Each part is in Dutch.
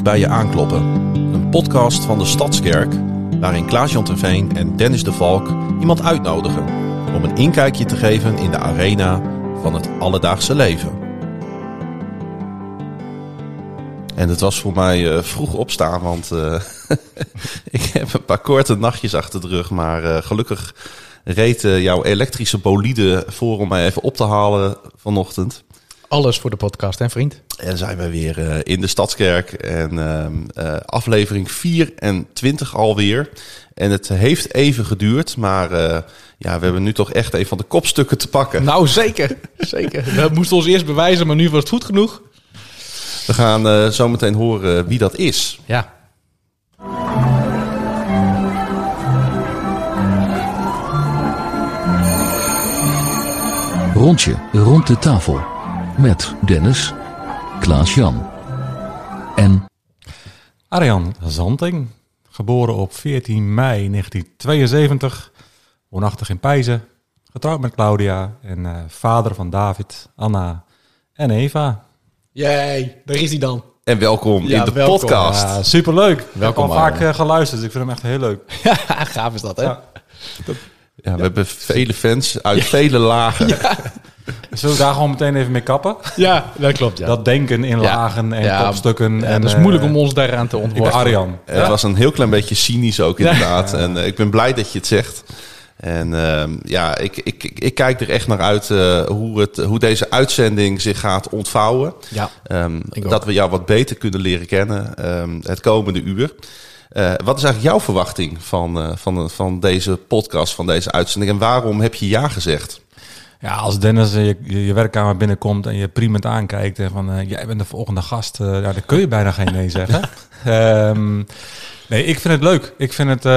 bij je aankloppen. Een podcast van de Stadskerk, waarin Klaas-Jan Terveen en Dennis de Valk iemand uitnodigen om een inkijkje te geven in de arena van het alledaagse leven. En het was voor mij vroeg opstaan, want ik heb een paar korte nachtjes achter de rug, maar gelukkig reed jouw elektrische bolide voor om mij even op te halen vanochtend. Alles voor de podcast, hè vriend? En zijn we weer in de Stadskerk en aflevering 24 alweer. En het heeft even geduurd, maar we hebben nu toch echt een van de kopstukken te pakken. Nou, zeker. Zeker. We moesten ons eerst bewijzen, maar nu was het goed genoeg. We gaan zo meteen horen wie dat is. Ja. Rondje rond de tafel. Met Dennis, Klaas-Jan en Arjan Zanting, geboren op 14 mei 1972, woonachtig in Pijzen, getrouwd met Claudia en vader van David, Anna en Eva. Jee, daar is hij dan. En welkom in de podcast. Ja, superleuk. Welkom, ik heb al vaak geluisterd, dus ik vind hem echt heel leuk. Ja, gaaf is dat, hè? Ja, we hebben vele fans uit vele lagen. Ja. Zullen we daar gewoon meteen even mee kappen? Ja, dat klopt, ja. Dat denken in lagen en kopstukken. Ja, en dat is moeilijk om ons daaraan te Ik ben ontworstelen. Arjan. Het was een heel klein beetje cynisch ook inderdaad. Ja. En ik ben blij dat je het zegt. En ik kijk er echt naar uit hoe deze uitzending zich gaat ontvouwen. Ja, dat we jou wat beter kunnen leren kennen het komende uur. Wat is eigenlijk jouw verwachting van deze podcast, van deze uitzending? En waarom heb je ja gezegd? Ja, als Dennis je werkkamer binnenkomt en je priemend aankijkt en van jij bent de volgende gast, dan kun je bijna geen nee zeggen. Nee, ik vind het leuk. Ik vind het.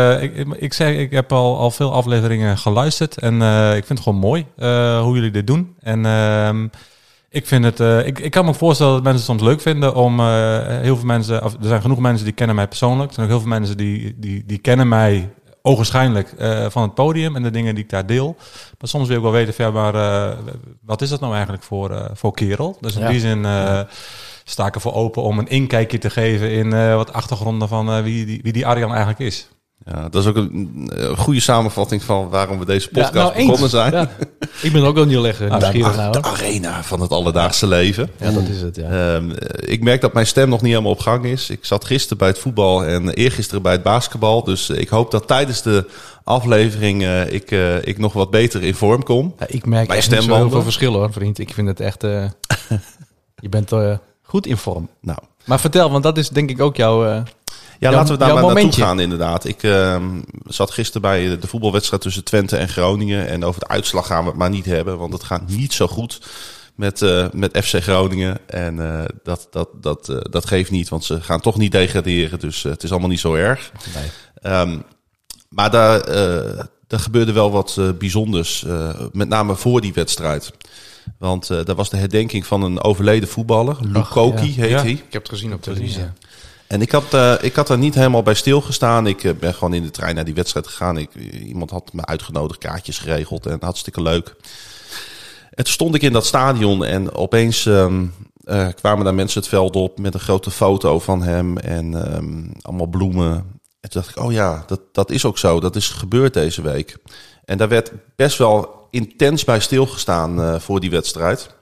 Ik heb al veel afleveringen geluisterd en ik vind het gewoon mooi hoe jullie dit doen. En ik vind het. Ik kan me voorstellen dat mensen het soms leuk vinden om heel veel mensen. Er zijn genoeg mensen die kennen mij persoonlijk. Er zijn ook heel veel mensen die kennen mij ogenschijnlijk van het podium en de dingen die ik daar deel. Maar soms wil ik wel weten, wat is dat nou eigenlijk voor kerel? Dus in die zin sta ik ervoor open om een inkijkje te geven in wat achtergronden van wie die Arjan eigenlijk is. Ja, dat is ook een goede samenvatting van waarom we deze podcast begonnen zijn. Ja. Ik ben ook wel nieuwsgierig de arena van het alledaagse leven. Ja, dat is het, ja. Ik merk dat mijn stem nog niet helemaal op gang is. Ik zat gisteren bij het voetbal en eergisteren bij het basketbal. Dus ik hoop dat tijdens de aflevering ik nog wat beter in vorm kom. Ja, ik merk echt niet zo heel veel verschil hoor, vriend. Ik vind het echt... je bent goed in vorm. Nou. Maar vertel, want dat is denk ik ook jouw... laten we daar maar naartoe gaan inderdaad. Ik zat gisteren bij de voetbalwedstrijd tussen Twente en Groningen. En over de uitslag gaan we het maar niet hebben. Want het gaat niet zo goed met FC Groningen. En dat geeft niet, want ze gaan toch niet degraderen. Dus het is allemaal niet zo erg. Nee. Maar daar gebeurde wel wat bijzonders. Met name voor die wedstrijd. Want daar was de herdenking van een overleden voetballer. Lukoki heet hij. Ik heb het gezien op televisie. Ja. En ik had daar niet helemaal bij stilgestaan. Ik ben gewoon in de trein naar die wedstrijd gegaan. Iemand had me uitgenodigd, kaartjes geregeld en hartstikke leuk. En toen stond ik in dat stadion en opeens kwamen daar mensen het veld op met een grote foto van hem en allemaal bloemen. En toen dacht ik, oh ja, dat is ook zo. Dat is gebeurd deze week. En daar werd best wel intens bij stilgestaan voor die wedstrijd.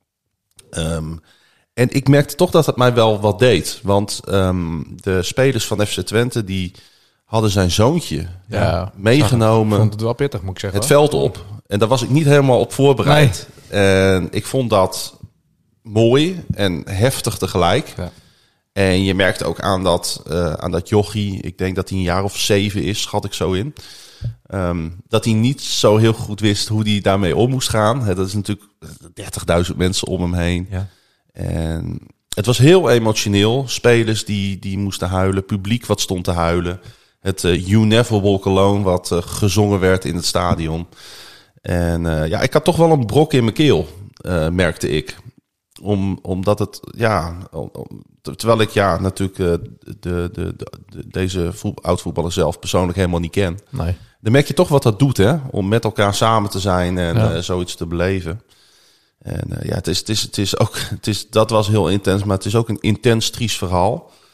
En ik merkte toch dat het mij wel wat deed. Want de spelers van FC Twente die hadden zijn zoontje meegenomen. Ik vond het wel pittig, moet ik zeggen. Het veld op. En daar was ik niet helemaal op voorbereid. Nee. En ik vond dat mooi en heftig tegelijk. Ja. En je merkte ook aan dat jochie, ik denk dat hij een jaar of 7 is, schat ik zo in. Dat hij niet zo heel goed wist hoe hij daarmee om moest gaan. Dat is natuurlijk 30.000 mensen om hem heen. Ja. En het was heel emotioneel. Spelers die moesten huilen. Publiek wat stond te huilen. Het You Never Walk Alone wat gezongen werd in het stadion. En ik had toch wel een brok in mijn keel, merkte ik. Omdat het, terwijl ik natuurlijk deze oud-voetballer zelf persoonlijk helemaal niet ken. Nee. Dan merk je toch wat dat doet, hè? Om met elkaar samen te zijn en zoiets te beleven. En dat was heel intens, maar het is ook een intens triest verhaal.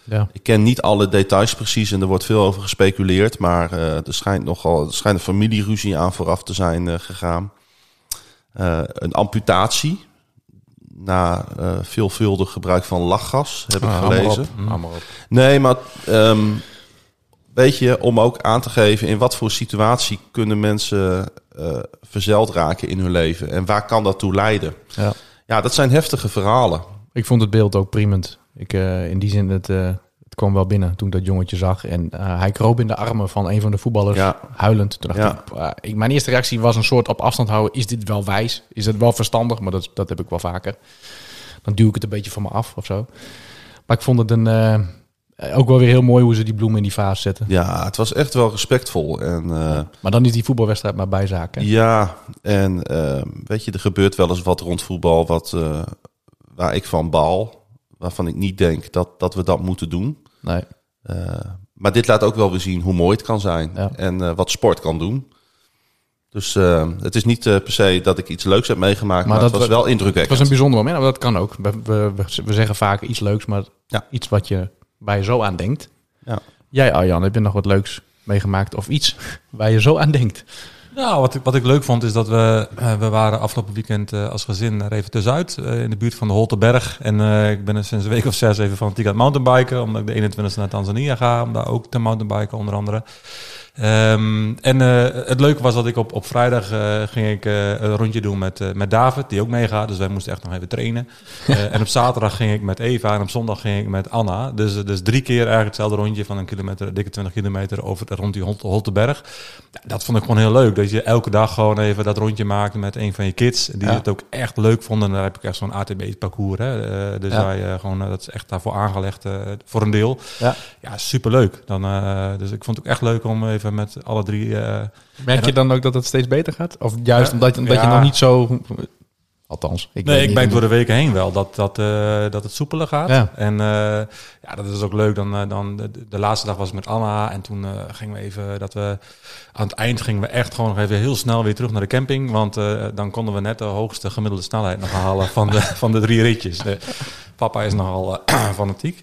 Ja. Ik ken niet alle details precies en er wordt veel over gespeculeerd. Maar er schijnt een familieruzie aan vooraf te zijn gegaan. Een amputatie na veelvuldig gebruik van lachgas, heb ik gelezen. Nee, maar weet je, om ook aan te geven in wat voor situatie kunnen mensen verzeild raken in hun leven. En waar kan dat toe leiden? Ja, dat zijn heftige verhalen. Ik vond het beeld ook priemend. In die zin, het kwam wel binnen toen ik dat jongetje zag. En hij kroop in de armen van een van de voetballers, huilend. Toen dacht ik, mijn eerste reactie was een soort op afstand houden. Is dit wel wijs? Is het wel verstandig? Maar dat heb ik wel vaker. Dan duw ik het een beetje van me af of zo. Maar ik vond het ook wel weer heel mooi hoe ze die bloemen in die vaas zetten. Ja, het was echt wel respectvol. En, maar dan is die voetbalwedstrijd maar bijzaak. Hè? Ja, en weet je, er gebeurt wel eens wat rond voetbal waar ik van baal. Waarvan ik niet denk dat we dat moeten doen. Nee. Maar dit laat ook wel weer zien hoe mooi het kan zijn. Ja. En wat sport kan doen. Dus het is niet per se dat ik iets leuks heb meegemaakt. Maar het was wel indrukwekkend. Het was een bijzonder moment, maar dat kan ook. We zeggen vaak iets leuks, maar iets waar je zo aan denkt. Ja. Jij, Arjan, heb je nog wat leuks meegemaakt of iets waar je zo aan denkt? Nou, wat ik leuk vond is dat we waren afgelopen weekend als gezin er even tussenuit. In de buurt van de Holteberg. En ik ben er sinds een week of 6 even fanatiek aan het mountainbiken. Omdat ik de 21e naar Tanzania ga. Om daar ook te mountainbiken onder andere. Het leuke was dat ik op vrijdag ging ik een rondje doen met David, die ook meegaat. Dus wij moesten echt nog even trainen. En op zaterdag ging ik met Eva en op zondag ging ik met Anna. Dus 3 keer eigenlijk hetzelfde rondje van een kilometer, dikke 20 kilometer rond die Holteberg. Dat vond ik gewoon heel leuk. Dat je elke dag gewoon even dat rondje maakt met een van je kids. Die het ook echt leuk vonden. En daar heb ik echt zo'n ATB-parcours. Dat is echt daarvoor aangelegd voor een deel. Ja, superleuk. Dus ik vond het ook echt leuk om even met alle 3... Merk je dan ook dat het steeds beter gaat? Of juist omdat je nog niet zo... Althans, ik merk door de weken heen wel dat het soepeler gaat. Ja. En dat is ook leuk. Dan de laatste dag was ik met Anna. En toen gingen we even... aan het eind gingen we echt gewoon nog even heel snel weer terug naar de camping. Want dan konden we net de hoogste gemiddelde snelheid nog halen van de 3 ritjes. Papa is nogal fanatiek.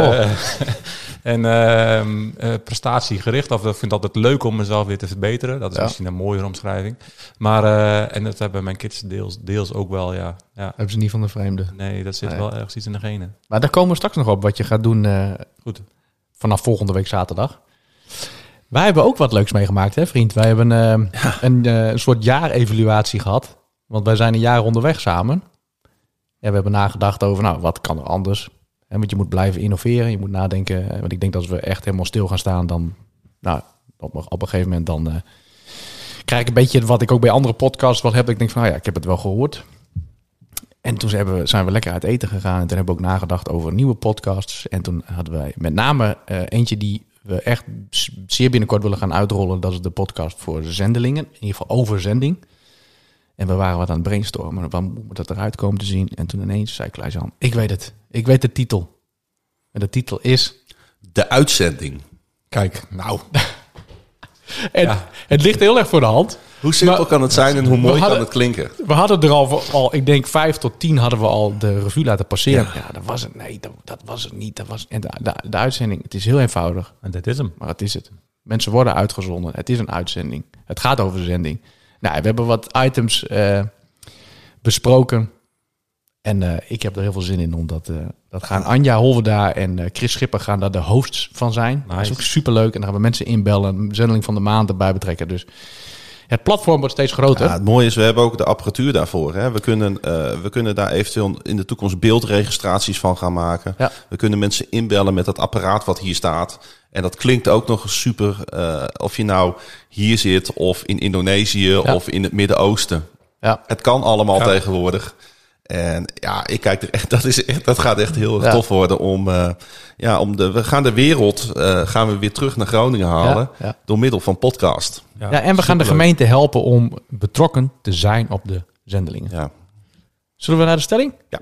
Prestatiegericht. Of ik vind het altijd leuk om mezelf weer te verbeteren. Dat is misschien een mooiere omschrijving. Maar, en dat hebben mijn kids deels ook wel, ja. Hebben ze niet van de vreemde? Nee, dat zit wel ergens iets in de genen. Maar daar komen we straks nog op wat je gaat doen goed. Vanaf volgende week zaterdag. Wij hebben ook wat leuks meegemaakt, hè vriend? Wij hebben een soort jaarevaluatie gehad. Want wij zijn een jaar onderweg samen. Ja, we hebben nagedacht over, wat kan er anders? Want je moet blijven innoveren. Je moet nadenken. Want ik denk dat als we echt helemaal stil gaan staan, dan... op een gegeven moment dan... krijg ik een beetje wat ik ook bij andere podcasts wel heb. Ik denk van, ik heb het wel gehoord. En toen zijn we lekker uit eten gegaan. En toen hebben we ook nagedacht over nieuwe podcasts. En toen hadden wij met name eentje die we echt zeer binnenkort willen gaan uitrollen. Dat is de podcast voor de zendelingen. In ieder geval over zending. En we waren wat aan het brainstormen. Waar moet dat eruit komen te zien? En toen ineens zei Klaas-Jan, ik weet het. Ik weet de titel. En de titel is... De uitzending. Kijk, nou... Het ligt heel erg voor de hand. Hoe simpel kan het zijn en hoe mooi kan het klinken? We hadden er al, ik denk 5 tot 10 hadden we al de revue laten passeren. Ja, dat was het. Nee, dat was het niet. En de uitzending, het is heel eenvoudig. En dat is hem. Maar het is het. Mensen worden uitgezonden. Het is een uitzending. Het gaat over zending. Nou, we hebben wat items besproken. En ik heb er heel veel zin in, omdat dat gaan Anja Holverda en Chris Schipper gaan daar de hosts van zijn. Nice. Dat is ook superleuk. En dan gaan we mensen inbellen, een zendeling van de maand erbij betrekken. Dus het platform wordt steeds groter. Ja, het mooie is, we hebben ook de apparatuur daarvoor. Hè? We kunnen daar eventueel in de toekomst beeldregistraties van gaan maken. Ja. We kunnen mensen inbellen met dat apparaat wat hier staat. En dat klinkt ook nog super, of je nou hier zit of in Indonesië of in het Midden-Oosten. Ja. Het kan allemaal tegenwoordig. En ik kijk er echt, dat gaat echt heel tof worden we gaan de wereld gaan we weer terug naar Groningen halen door middel van podcast. Ja, en we gaan de gemeente helpen om betrokken te zijn op de zendelingen. Ja. Zullen we naar de stelling? Ja.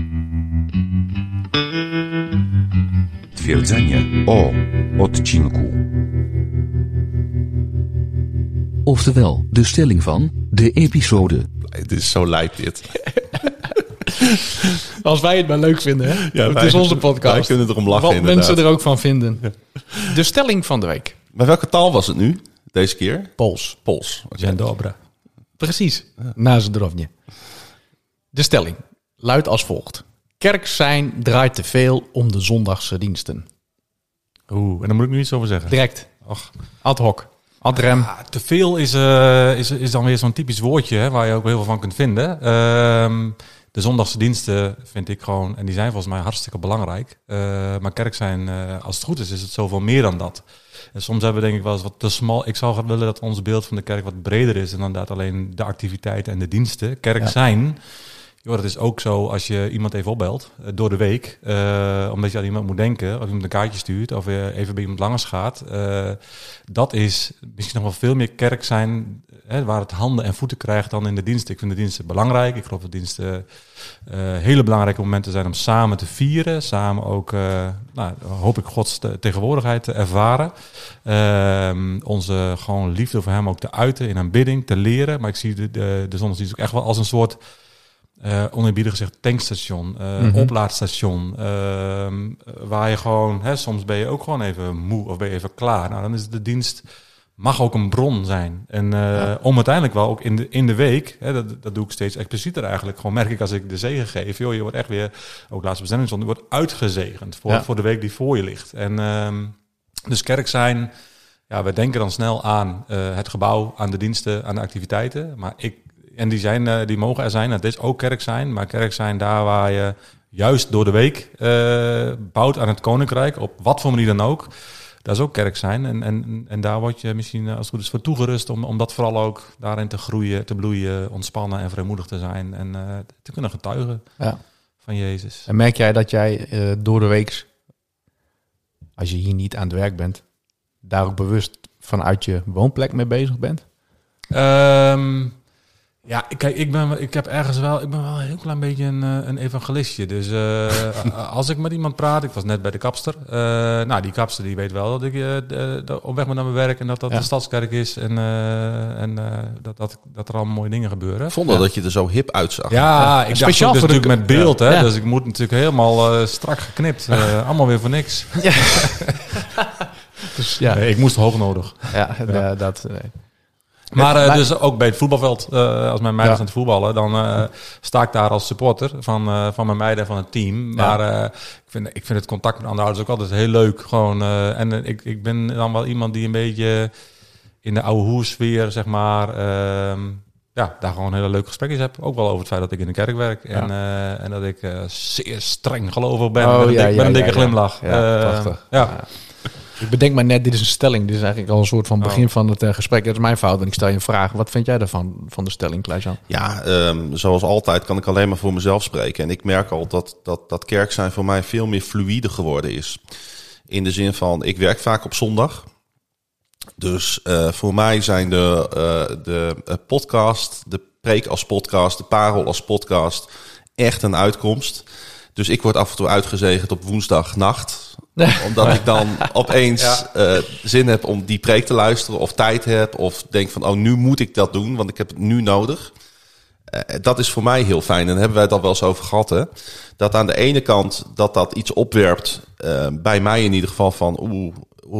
Twierdzenie o odcinku. Oftewel, de stelling van de episode. Het is zo lijp dit. Als wij het maar leuk vinden, hè? Ja, het is onze podcast. Wij kunnen erom lachen, Wat inderdaad. mensen er ook van vinden. De stelling van de week. Maar welke taal was het nu, deze keer? Pools. Pools. Okay. Dzień dobry. Precies. Na Zdrovje. De stelling luidt als volgt. Kerk zijn draait te veel om de zondagse diensten. En daar moet ik nu iets over zeggen. Direct. Och. Ad hoc. Ad rem. Ja, te veel is dan weer zo'n typisch woordje, hè, waar je ook heel veel van kunt vinden. De zondagse diensten vind ik gewoon, en die zijn volgens mij hartstikke belangrijk. Maar kerk zijn, als het goed is het zoveel meer dan dat. En soms hebben we denk ik wel eens wat te smal. Ik zou graag willen dat ons beeld van de kerk wat breder is. En dan inderdaad alleen de activiteiten en de diensten. Kerk zijn, joh, dat is ook zo als je iemand even opbelt door de week. Omdat je aan iemand moet denken. Of iemand een kaartje stuurt. Of je even bij iemand langs gaat. Dat is misschien nog wel veel meer kerk zijn. Waar het handen en voeten krijgt dan in de diensten. Ik vind de diensten belangrijk. Ik geloof dat diensten hele belangrijke momenten zijn om samen te vieren. Samen ook, hoop ik, Gods tegenwoordigheid te ervaren. Onze gewoon liefde voor hem ook te uiten in aanbidding, te leren. Maar ik zie de zondagsdienst ook echt wel als een soort, oneerbiedig gezegd, tankstation, oplaadstation. Waar je gewoon, soms ben je ook gewoon even moe of ben je even klaar. Nou, dan is de dienst mag ook een bron zijn. En om uiteindelijk wel ook in de week, dat doe ik steeds explicieter eigenlijk. Gewoon merk ik als ik de zegen geef, joh, je wordt echt weer, ook laatste bestemmingszondag, je wordt uitgezegend voor de week die voor je ligt. En dus kerk zijn, ja, we denken dan snel aan het gebouw, aan de diensten, aan de activiteiten. Maar die mogen er zijn. Het is ook kerk zijn, maar kerk zijn daar waar je juist door de week bouwt aan het koninkrijk, op wat voor manier dan ook. Dat is ook kerk zijn. En daar word je misschien als het goed is voor toegerust om dat vooral ook daarin te groeien, te bloeien, ontspannen en vrijmoedig te zijn. En te kunnen getuigen van Jezus. En merk jij dat jij door de week, als je hier niet aan het werk bent, daar ook bewust vanuit je woonplek mee bezig bent? Ja, kijk, ik ben wel een heel klein beetje een evangelistje. Dus als ik met iemand praat, ik was net bij de kapster. Die kapster die weet wel dat ik op weg ben naar mijn werk en dat de stadskerk is. En dat er allemaal mooie dingen gebeuren. Ik vond wel dat je er zo hip uitzag. Ja, ik dacht speciaal ook, dus voor natuurlijk met beeld. Ja. Hè, dus ik moet natuurlijk helemaal strak geknipt. Allemaal weer voor niks. Ja. Dus, ja. Nee, ik moest hoog nodig. Dat... Maar dus ook bij het voetbalveld, als mijn meiden aan het voetballen, dan sta ik daar als supporter van mijn meiden en van het team. Maar ik vind het contact met andere ouders ook altijd heel leuk. Gewoon, ik ben dan wel iemand die een beetje in de oude hoersfeer, zeg maar, daar gewoon hele leuke gesprekjes heb. Ook wel over het feit dat ik in de kerk werk en dat ik zeer streng gelovig ben. Met een dikke glimlach. Prachtig. Ik bedenk maar net, dit is een stelling. Dit is eigenlijk al een soort van begin van het gesprek. Dat is mijn fout en ik stel je een vraag. Wat vind jij daarvan, van de stelling, Klaas-Jan? Ja, zoals altijd kan ik alleen maar voor mezelf spreken. En ik merk al dat kerk zijn voor mij veel meer fluïde geworden is. In de zin van, ik werk vaak op zondag. Dus voor mij zijn de podcast, de preek als podcast, de parel als podcast echt een uitkomst. Dus ik word af en toe uitgezegend op woensdagnacht. Omdat ik dan opeens zin heb om die preek te luisteren of tijd heb. Of denk van, nu moet ik dat doen, want ik heb het nu nodig. Dat is voor mij heel fijn. En daar hebben wij het al wel eens over gehad. Hè? Dat aan de ene kant dat iets opwerpt, bij mij in ieder geval van...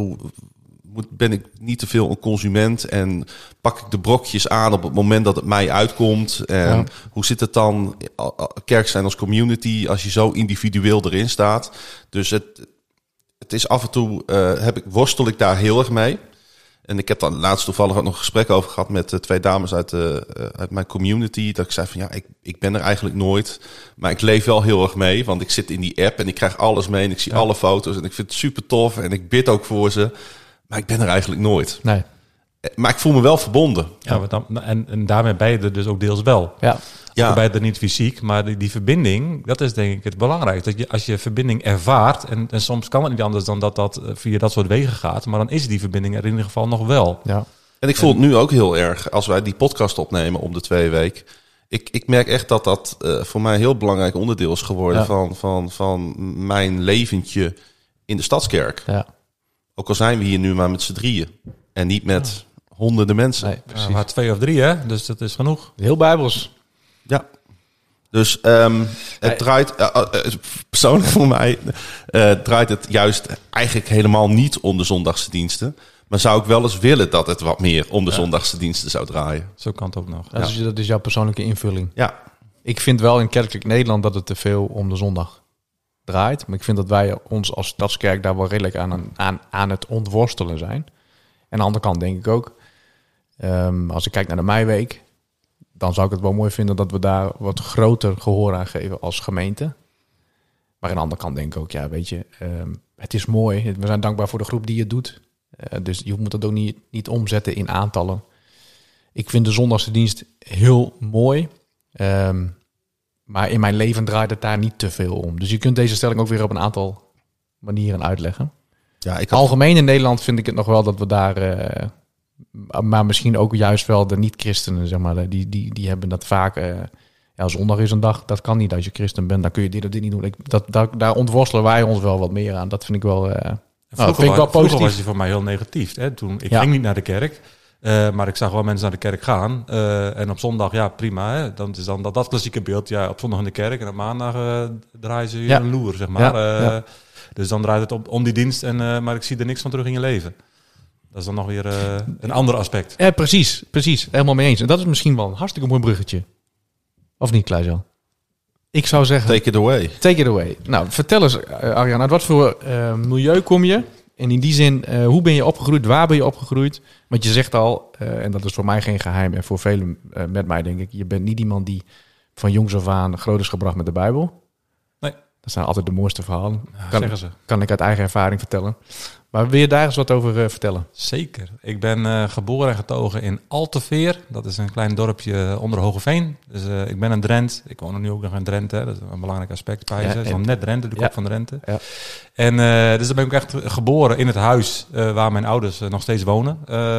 ben ik niet te veel een consument en pak ik de brokjes aan op het moment dat het mij uitkomt. En hoe zit het dan, kerk zijn als community, als je zo individueel erin staat. Dus het is af en toe, worstel ik daar heel erg mee. En ik heb dan laatst toevallig ook nog een gesprek over gehad met 2 dames uit mijn community. Dat ik zei van ik ben er eigenlijk nooit. Maar ik leef wel heel erg mee, want ik zit in die app en ik krijg alles mee. En ik zie alle foto's en ik vind het super tof en ik bid ook voor ze. Maar ik ben er eigenlijk nooit. Nee. Maar ik voel me wel verbonden. Ja, en daarmee ben je er dus ook deels wel. Ja. Ben je er niet fysiek, maar die verbinding, dat is denk ik het belangrijkste. Dat je, als je verbinding ervaart, en soms kan het niet anders dan dat via dat soort wegen gaat, maar dan is die verbinding er in ieder geval nog wel. Ja. En ik voel het nu ook heel erg, als wij die podcast opnemen om de 2 weken. Ik merk echt dat voor mij een heel belangrijk onderdeel is geworden van mijn leventje in de Stadskerk. Ja. Ook al zijn we hier nu maar met z'n 3 en niet met honderden mensen. Nee, precies. Maar 2 of 3, hè? Dus dat is genoeg. Heel bijbels. Ja. Dus het draait, persoonlijk voor mij, draait het juist eigenlijk helemaal niet om de zondagse diensten. Maar zou ik wel eens willen dat het wat meer om de zondagse diensten zou draaien. Zo kan het ook nog. Dat is jouw persoonlijke invulling. Ja. Ik vind wel in kerkelijk Nederland dat het te veel om de zondag draait. Maar ik vind dat wij ons als Stadskerk daar wel redelijk aan het ontworstelen zijn. En aan de andere kant denk ik ook, als ik kijk naar de Meiweek, dan zou ik het wel mooi vinden dat we daar wat groter gehoor aan geven als gemeente. Maar aan de andere kant denk ik ook, ja, weet je, het is mooi. We zijn dankbaar voor de groep die het doet. Dus je moet het ook niet omzetten in aantallen. Ik vind de zondagse dienst heel mooi. Maar in mijn leven draait het daar niet te veel om. Dus je kunt deze stelling ook weer op een aantal manieren uitleggen. Ja, algemeen in Nederland vind ik het nog wel dat we daar... maar misschien ook juist wel de niet-christenen, zeg maar. Die hebben dat vaak... zondag is een dag, dat kan niet als je christen bent. Dan kun je dit of dit niet doen. Daar ontworstelen wij ons wel wat meer aan. Dat vind ik wel... vind ik wel positief. Was hij voor mij heel negatief. Hè? Toen, ik ging niet naar de kerk, maar ik zag wel mensen naar de kerk gaan. En op zondag, ja, prima. Hè? Dan is dan dat klassieke beeld. Ja, op zondag in de kerk en op maandag draaien ze je een loer, zeg maar. Dus dan draait het om die dienst. Maar ik zie er niks van terug in je leven. Dat is dan nog weer een ander aspect. Ja, precies. Helemaal mee eens. En dat is misschien wel een hartstikke mooi bruggetje. Of niet, Klaas-Jan? Ik zou zeggen... Take it away. Nou, vertel eens, Arjan, uit wat voor milieu kom je? En in die zin, hoe ben je opgegroeid? Waar ben je opgegroeid? Want je zegt al, en dat is voor mij geen geheim... en voor velen met mij denk ik... je bent niet iemand die van jongs af aan groot is gebracht met de Bijbel. Nee. Dat zijn altijd de mooiste verhalen. Zeggen ze. Kan ik uit eigen ervaring vertellen. Maar wil je daar eens wat over vertellen? Zeker. Ik ben geboren en getogen in Alteveer. Dat is een klein dorpje onder Hogeveen. Dus ik ben een Drent. Ik woon nu ook nog in Drenthe. Dat is een belangrijk aspect. Dat is dan net Drenthe, de kop van Drenthe. Ja. En dus daar ben ik echt geboren in het huis waar mijn ouders nog steeds wonen.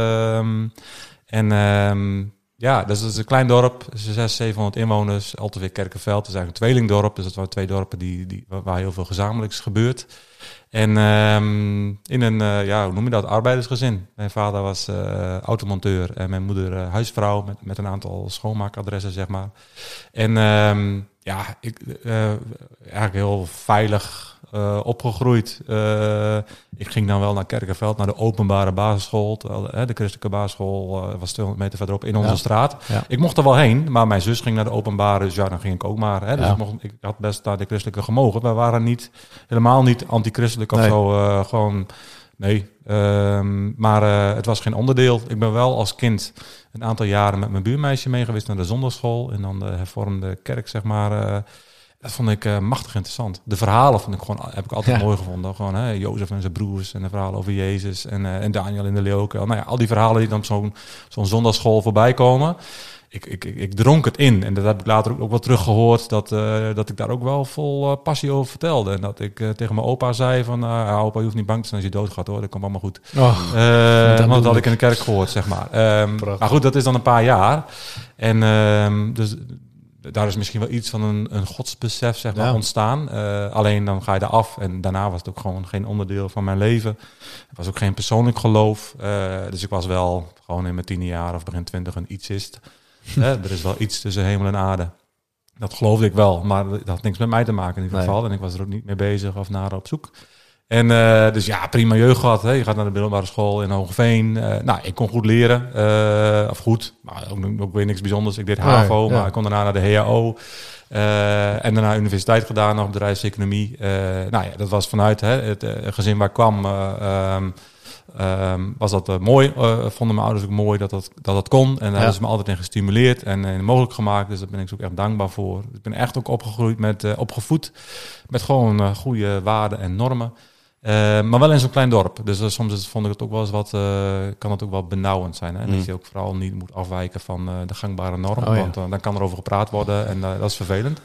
Dat is een klein dorp, 600-700 inwoners, Alteveer Kerkenveld. Het is eigenlijk een tweelingdorp, dus dat waren twee dorpen waar heel veel gezamenlijks gebeurt. En in een, hoe noem je dat, arbeidersgezin. Mijn vader was automonteur en mijn moeder huisvrouw met een aantal schoonmaakadressen, zeg maar. En eigenlijk heel veilig opgegroeid. Ik ging dan wel naar Kerkenveld, naar de openbare basisschool. De christelijke basisschool was 200 meter verderop in onze straat. Ja. Ik mocht er wel heen, maar mijn zus ging naar de openbare, dus ja, dan ging ik ook maar. Hè. Dus ik had best naar de christelijke gemogen. We waren helemaal niet anti-christelijk of zo. Gewoon, nee. Maar het was geen onderdeel. Ik ben wel als kind een aantal jaren met mijn buurmeisje mee geweest naar de zondagschool. En dan de hervormde kerk, zeg maar. Dat vond ik machtig interessant. De verhalen heb ik altijd mooi gevonden. Gewoon Jozef en zijn broers en de verhalen over Jezus en Daniel in de leeuwenkuil. Nou ja, al die verhalen die dan zo'n zondagschool voorbij komen. Ik dronk het in. En dat heb ik later ook wel teruggehoord. Dat ik daar ook wel vol passie over vertelde. En dat ik tegen mijn opa zei van... opa, je hoeft niet bang te zijn als je doodgaat, hoor. Dat komt allemaal goed. Want dat had ik in de kerk gehoord, zeg maar. Maar goed, dat is dan een paar jaar. En dus... Daar is misschien wel iets van een godsbesef, zeg maar, ontstaan. Alleen dan ga je daar af. En daarna was het ook gewoon geen onderdeel van mijn leven. Het was ook geen persoonlijk geloof. Dus ik was wel gewoon in mijn 10e jaar of begin 20 een ietsist. Er is wel iets tussen hemel en aarde. Dat geloofde ik wel. Maar dat had niks met mij te maken in ieder geval. Nee. En ik was er ook niet mee bezig of naar op zoek. En dus ja, prima jeugd gehad. Hè. Je gaat naar de middelbare school in Hogeveen. Ik kon goed leren. Of goed, maar ook weer niks bijzonders. Ik deed HAVO, maar ik kon daarna naar de HAO. En daarna universiteit gedaan, nog bedrijfseconomie. Dat was vanuit het gezin waar ik kwam... was dat mooi. Vonden mijn ouders ook mooi dat kon. En daar hebben ze me altijd in gestimuleerd en mogelijk gemaakt. Dus daar ben ik ook echt dankbaar voor. Ik ben echt ook opgevoed met gewoon goede waarden en normen. Maar wel in zo'n klein dorp. Dus soms vond ik het ook wel eens kan het ook wel benauwend zijn. Hè? Dat je ook vooral niet moet afwijken van de gangbare norm. Want dan kan er over gepraat worden en dat is vervelend.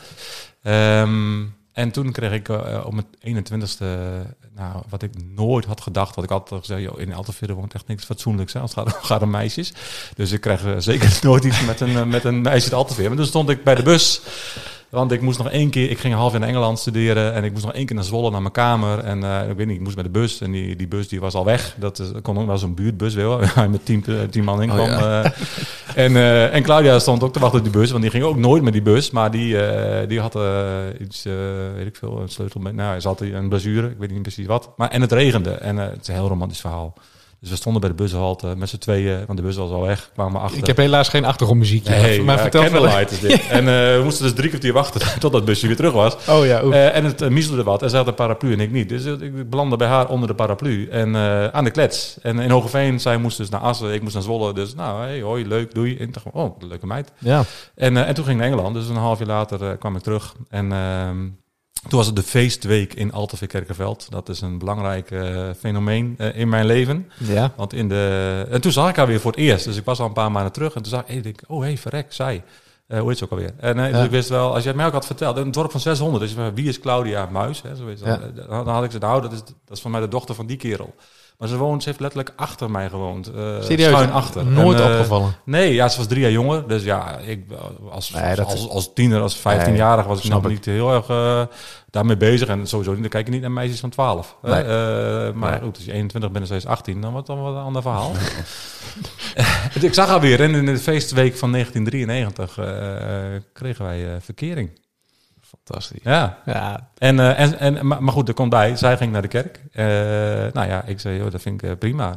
En toen kreeg ik op mijn 21ste, wat ik nooit had gedacht, wat ik altijd gezegd, in Alteveer woont echt niks fatsoenlijks, hè, als het gaat om meisjes. Dus ik kreeg zeker nooit iets met een meisje uit Alteveer. Maar toen stond ik bij de bus, want ik moest nog 1 keer, ik ging half in Engeland studeren en ik moest nog 1 keer naar Zwolle naar mijn kamer. En ik weet niet, ik moest met de bus en die bus die was al weg. Dat kon ook wel zo'n buurtbus, waar je met 10 man in kwam. En Claudia stond ook te wachten op die bus, want die ging ook nooit met die bus. Maar die had iets, weet ik veel, een sleutel met. Nou, hij zat een blessure, ik weet niet precies wat. Maar, en het regende. En het is een heel romantisch verhaal. Dus we stonden bij de bushalte met z'n tweeën, want de bus was al weg, kwamen we achter. Ik heb helaas geen achtergrondmuziekje. Nee, maar vertel Candlelight is dit. En we moesten dus 3 kwartier wachten tot dat busje weer terug was. Oh ja, en het miezelde wat. En ze had een paraplu en ik niet. Dus ik belandde bij haar onder de paraplu en aan de klets. En in Hogeveen, zij moest dus naar Assen, ik moest naar Zwolle. Dus nou, hey, hoi, leuk, doei. En ik dacht, oh, leuke meid. Ja. En toen ging ik naar Engeland. Dus een half jaar later kwam ik terug. En toen was het de feestweek in Alteveer-Kerkenveld. Dat is een belangrijk fenomeen in mijn leven. Ja. Want en toen zag ik haar weer voor het eerst. Dus ik was al een paar maanden terug. En toen zag ik, verrek, zij. Hoe heet ze ook alweer? En dus ik wist wel, als jij het mij ook had verteld, een dorp van 600. Dus wie is Claudia Muis? Hè, zo is dat. Dan had ik ze, nou, dat is van mij de dochter van die kerel. Maar ze heeft letterlijk achter mij gewoond. Serieus? Schuin achter. Nooit opgevallen? Nee, ja, ze was 3 jaar jonger. Dus ja, ik als tiener, als 15-jarige was ik nog niet heel erg daarmee bezig. En sowieso niet, dan kijk je niet naar meisjes van 12. Nee. Maar goed, als je 21 bent en steeds 18, dan wordt het dan wel een ander verhaal. Ik zag haar weer en in de feestweek van 1993 kregen wij verkering. Fantastisch. Ja. Maar goed, er komt bij. Zij ging naar de kerk. Nou ja, ik zei, joh, dat vind ik prima.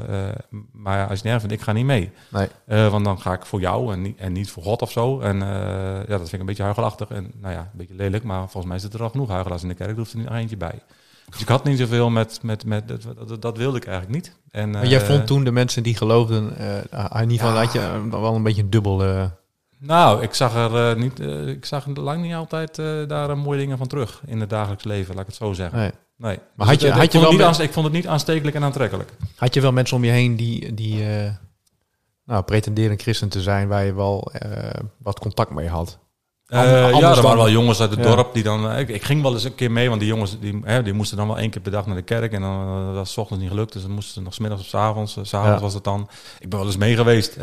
Maar als je het erg vindt, ik ga niet mee. Nee. Want dan ga ik voor jou en niet voor God of zo. En dat vind ik een beetje huigelachtig. En nou ja, een beetje lelijk. Maar volgens mij zit er al genoeg huigelaars in de kerk. Er hoeft er niet nog eentje bij. Dus ik had niet zoveel met dat wilde ik eigenlijk niet. Maar jij vond toen de mensen die geloofden, in ieder geval had je wel een beetje een dubbel... Nou, ik zag er ik zag lang niet altijd daar mooie dingen van terug in het dagelijks leven, laat ik het zo zeggen. Nee. Maar dus ik vond het niet aanstekelijk en aantrekkelijk. Had je wel mensen om je heen die pretenderen christen te zijn, waar je wel wat contact mee had? Er waren wel jongens uit het dorp die dan... Ik ging wel eens een keer mee, want die jongens die moesten dan wel 1 keer per dag naar de kerk. En dan was 's ochtends niet gelukt, dus dan moesten ze nog 's middags of 's avonds. 's avonds was het dan. Ik ben wel eens mee geweest.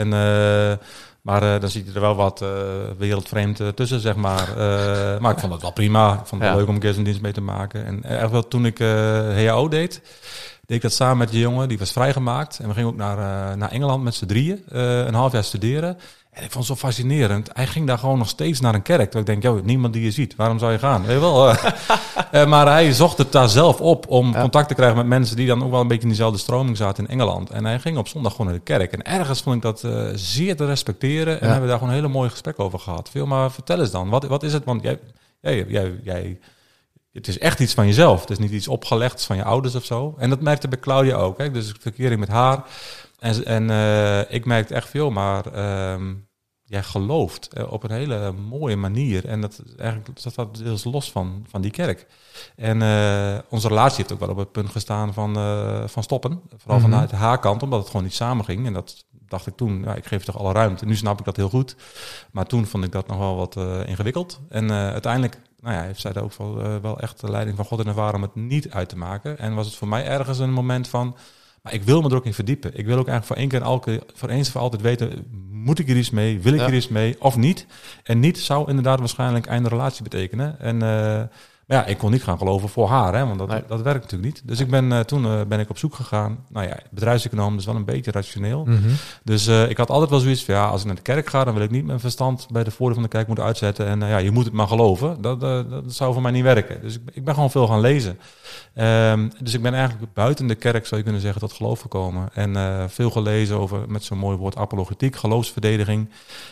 Maar dan zit je er wel wat wereldvreemd tussen, zeg maar. Maar ik vond het wel prima. Ik vond het wel leuk om een keer zo'n dienst mee te maken. En echt wel toen ik HAO deed ik dat samen met die jongen. Die was vrijgemaakt. En we gingen ook naar Engeland met z'n drieën. Een half jaar studeren. En ik vond het zo fascinerend. Hij ging daar gewoon nog steeds naar een kerk. Terwijl ik denk, niemand die je ziet. Waarom zou je gaan? Weet je wel? Maar hij zocht het daar zelf op om contact te krijgen met mensen die dan ook wel een beetje in diezelfde stroming zaten in Engeland. En hij ging op zondag gewoon naar de kerk. En ergens vond ik dat zeer te respecteren. En hebben we daar gewoon een hele mooie gesprek over gehad. Veel, maar vertel eens dan. Wat is het? Want jij het is echt iets van jezelf. Het is niet iets opgelegd van je ouders of zo. En dat merkte bij Claudia ook. Hè? Dus verkering met haar. En ik merkte echt veel, maar jij gelooft op een hele mooie manier. En dat staat deels los van die kerk. En onze relatie heeft ook wel op het punt gestaan van stoppen. Vooral vanuit haar kant, omdat het gewoon niet samenging. En dat dacht ik toen, ik geef toch alle ruimte. Nu snap ik dat heel goed. Maar toen vond ik dat nog wel wat ingewikkeld. En uiteindelijk heeft zij daar ook wel echt de leiding van God in ervaren om het niet uit te maken. En was het voor mij ergens een moment van... Maar ik wil me er ook in verdiepen. Ik wil ook eigenlijk voor eens en voor altijd weten... moet ik er iets mee? Wil ik er iets mee? Of niet? En niet zou inderdaad waarschijnlijk einde relatie betekenen. En ik kon niet gaan geloven voor haar. Hè, want dat werkt natuurlijk niet. Dus toen ben ik op zoek gegaan. Bedrijfseconoom is wel een beetje rationeel. Mm-hmm. Dus ik had altijd wel zoiets van... als ik naar de kerk ga... dan wil ik niet mijn verstand bij de voordeur van de kerk moeten uitzetten. En je moet het maar geloven. Dat zou voor mij niet werken. Dus ik ben gewoon veel gaan lezen. Dus ik ben eigenlijk buiten de kerk, zou je kunnen zeggen, tot geloof gekomen. En veel gelezen over, met zo'n mooi woord, apologetiek, geloofsverdediging.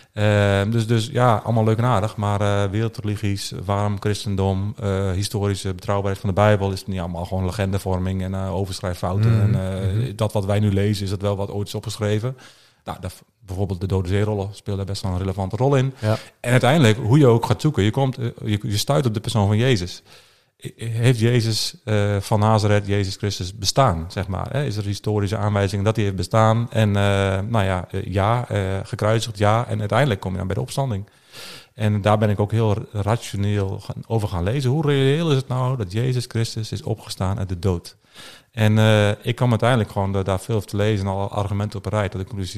Dus allemaal leuk en aardig. Maar wereldreligies, waarom christendom, historische betrouwbaarheid van de Bijbel... is het niet allemaal gewoon legendevorming en overschrijffouten. En dat wat wij nu lezen, is dat wel wat ooit is opgeschreven. Bijvoorbeeld de Dode Zeerollen speelt daar best wel een relevante rol in. Ja. En uiteindelijk, hoe je ook gaat zoeken, je stuit op de persoon van Jezus. Heeft Jezus van Nazareth, Jezus Christus, bestaan, zeg maar? Hè? Is er historische aanwijzing dat hij heeft bestaan? En gekruisigd, ja. En uiteindelijk kom je dan bij de opstanding. En daar ben ik ook heel rationeel over gaan lezen. Hoe reëel is het nou dat Jezus Christus is opgestaan uit de dood? En ik kwam uiteindelijk gewoon daar veel over te lezen en alle argumenten op een rij. Dat ik dus,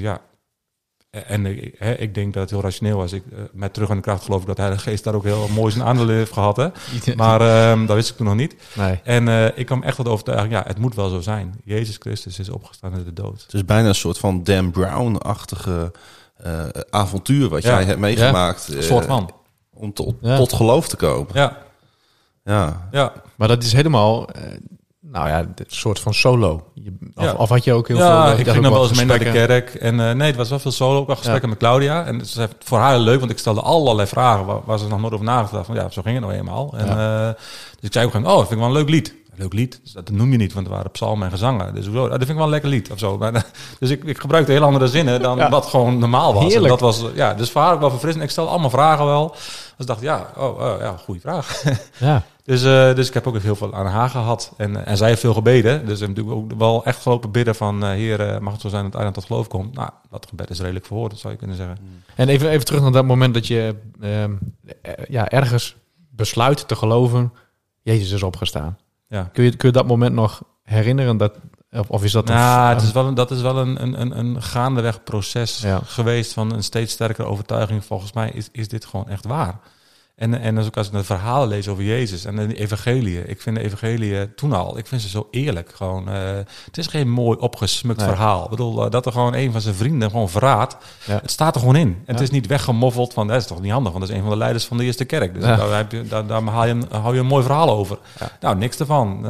en ik denk dat het heel rationeel was. Met Terug aan de Kracht geloof ik dat de Heilige Geest daar ook heel mooi zijn aandeel heeft gehad. Hè? Maar dat wist ik toen nog niet. Nee. En ik kwam echt wat overtuiging. Het moet wel zo zijn. Jezus Christus is opgestaan uit de dood. Het is bijna een soort van Dan Brown-achtige avontuur wat jij hebt meegemaakt. Een soort van. Om tot geloof te komen. Ja. Maar dat is helemaal, een soort van solo. Of had je ook heel veel... Ik ging dan wel eens mee naar de kerk. En nee, het was wel veel solo. Ook wel gesprekken met Claudia. En het is voor haar leuk, want ik stelde allerlei vragen waar ze nog nooit over nagedacht. Van zo ging het nou eenmaal. En, dus ik zei ook gewoon, vind ik wel een leuk lied. Leuk lied, dus dat noem je niet, want het waren psalmen en gezangen. Dus dat vind ik wel een lekker lied of zo. Maar, dus ik gebruikte heel andere zinnen dan wat gewoon normaal was. En dat was dus voor haar ook wel verfrissend. Ik stelde allemaal vragen wel. Dus ik dacht, goede vraag. Ja. Dus ik heb ook heel veel aan haar gehad. En zij heeft veel gebeden. Dus ik heb natuurlijk ook wel echt gelopen bidden van... Heer, mag het zo zijn dat uiteindelijk tot geloof komt? Nou, dat gebed is redelijk verhoord, dat zou je kunnen zeggen. En even terug naar dat moment dat je ergens besluit te geloven... Jezus is opgestaan. Ja. Kun je dat moment nog herinneren? Of is dat... Dat is wel een gaandeweg proces geweest... van een steeds sterkere overtuiging. Volgens mij is dit gewoon echt waar. En als ik de verhalen lees over Jezus en de evangeliën... Ik vind de evangeliën toen al, ik vind ze zo eerlijk. Gewoon, het is geen mooi opgesmukt verhaal. Ik bedoel, dat er gewoon een van zijn vrienden gewoon verraadt. Ja. Het staat er gewoon in. En het is niet weggemoffeld van, dat is toch niet handig... want dat is een van de leiders van de eerste kerk. Dus daar hou je een mooi verhaal over. Ja. Nou, niks ervan.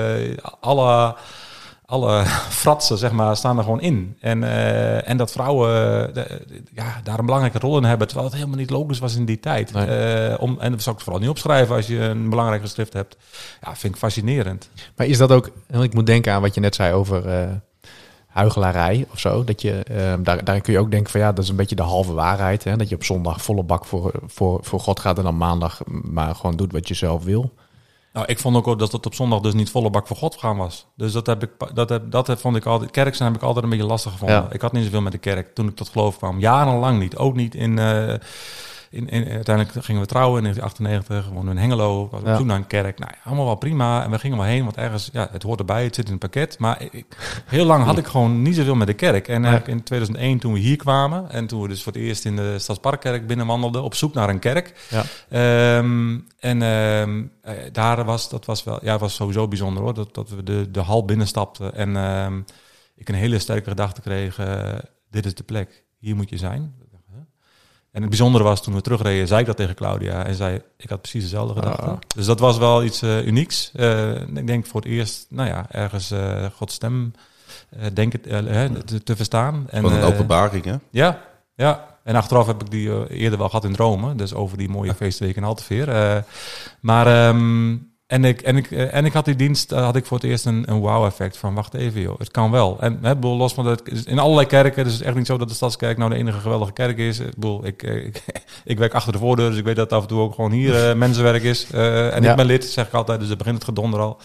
Alle fratsen, zeg maar, staan er gewoon in. En dat vrouwen daar een belangrijke rol in hebben... terwijl het helemaal niet logisch was in die tijd. Nee. En dat zou ik vooral niet opschrijven als je een belangrijk geschrift hebt. Ja, vind ik fascinerend. Maar is dat ook... Ik moet denken aan wat je net zei over huichelarij of zo. Dat je, daarin kun je ook denken van dat is een beetje de halve waarheid. Hè? Dat je op zondag volle bak voor God gaat... en dan maandag maar gewoon doet wat je zelf wil... Nou, ik vond ook dat het op zondag dus niet volle bak voor God gaan was. Dus dat vond ik altijd... Kerk zijn heb ik altijd een beetje lastig gevonden. Ja. Ik had niet zoveel met de kerk toen ik tot geloof kwam. Jarenlang niet. Ook niet in uiteindelijk gingen we trouwen in 1998. Woonden we in Hengelo. Was toen naar een kerk. Nou, allemaal wel prima. En we gingen wel heen. Want ergens, het hoort erbij. Het zit in een pakket. Maar heel lang had ik gewoon niet zoveel met de kerk. En in 2001 toen we hier kwamen. En toen we dus voor het eerst in de Stadsparkkerk binnenwandelden. Op zoek naar een kerk. Ja. Daar was sowieso bijzonder hoor. Dat we de hal binnenstapten. En ik een hele sterke gedachte kreeg. Dit is de plek. Hier moet je zijn. En het bijzondere was, toen we terugreden, zei ik dat tegen Claudia. En zei, ik had precies dezelfde gedachte. Dus dat was wel iets unieks. Ik denk voor het eerst, ergens Gods stem te verstaan. En, van een openbaring, hè? Ja. En achteraf heb ik die eerder wel gehad in dromen. Dus over die mooie feestweek in Alteveer. En ik had die dienst, had ik voor het eerst een wow-effect van, wacht even joh, het kan wel. En los van dat, in allerlei kerken, dus het is echt niet zo dat de Stadskerk nou de enige geweldige kerk is. Ik werk achter de voordeur, dus ik weet dat af en toe ook gewoon hier mensenwerk is. Ik ben lid, zeg ik altijd, dus dan begint het gedonder al.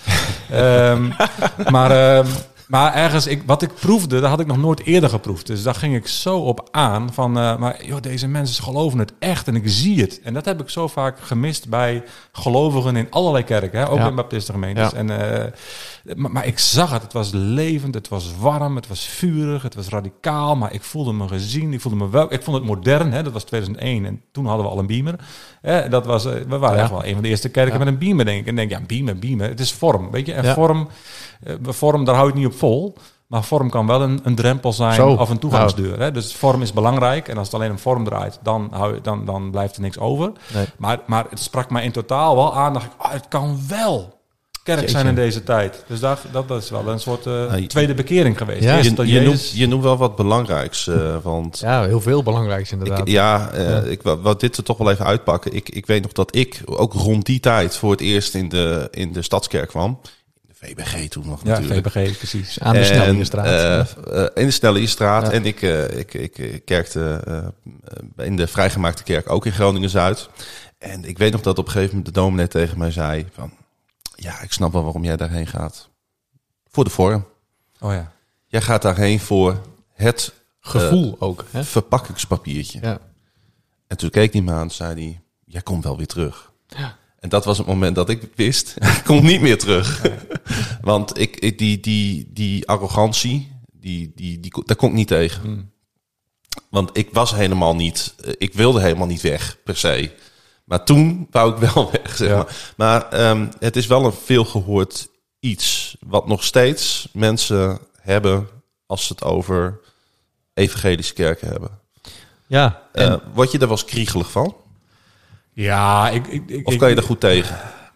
Maar ergens, wat ik proefde, dat had ik nog nooit eerder geproefd. Dus daar ging ik zo op aan van... maar joh, deze mensen geloven het echt en ik zie het. En dat heb ik zo vaak gemist bij gelovigen in allerlei kerken. Hè? Ook in baptistengemeentes. Ja. Maar ik zag het. Het was levend, het was warm, het was vurig, het was radicaal. Maar ik voelde me gezien, ik voelde me wel... Ik vond het modern, hè? Dat was 2001 en toen hadden we al een beamer. We waren echt wel een van de eerste kerken met een beamer, denk ik. En denk beamer. Het is vorm, weet je. En vorm, daar hou ik niet op vol. Maar vorm kan wel een drempel zijn of een toegangsdeur. Hè? Dus vorm is belangrijk. En als het alleen om vorm draait, dan blijft er niks over. Nee. Maar het sprak mij in totaal wel aan. Dacht ik, het kan wel kerk zijn in deze tijd. Dus dat is wel een soort tweede bekering geweest. Ja. Je noemt wel wat belangrijks. Want heel veel belangrijks inderdaad. Ik wou dit er toch wel even uitpakken. Ik weet nog dat ik ook rond die tijd voor het eerst in de Stadskerk kwam. VBG toen nog natuurlijk. VBG, precies. Aan de Snellingenstraat. In de Snellingenstraat. En ik kerkte in de vrijgemaakte kerk ook in Groningen-Zuid. En ik weet nog dat op een gegeven moment de dominee tegen mij zei van... Ja, ik snap wel waarom jij daarheen gaat. Voor de vorm. Oh ja. Jij gaat daarheen voor het gevoel ook. Hè? Verpakkingspapiertje. Ja. En toen keek hij me aan en zei hij... Jij komt wel weer terug. Ja. En dat was het moment dat ik wist, ik kom niet meer terug. Nee. Want die arrogantie, daar kon ik niet tegen. Want ik wilde helemaal niet weg, per se. Maar toen wou ik wel weg, zeg maar. Maar het is wel een veelgehoord iets, wat nog steeds mensen hebben als ze het over evangelische kerken hebben. Ja. Word je daar wel eens kriegelig van? Ja, Of kan je er goed tegen?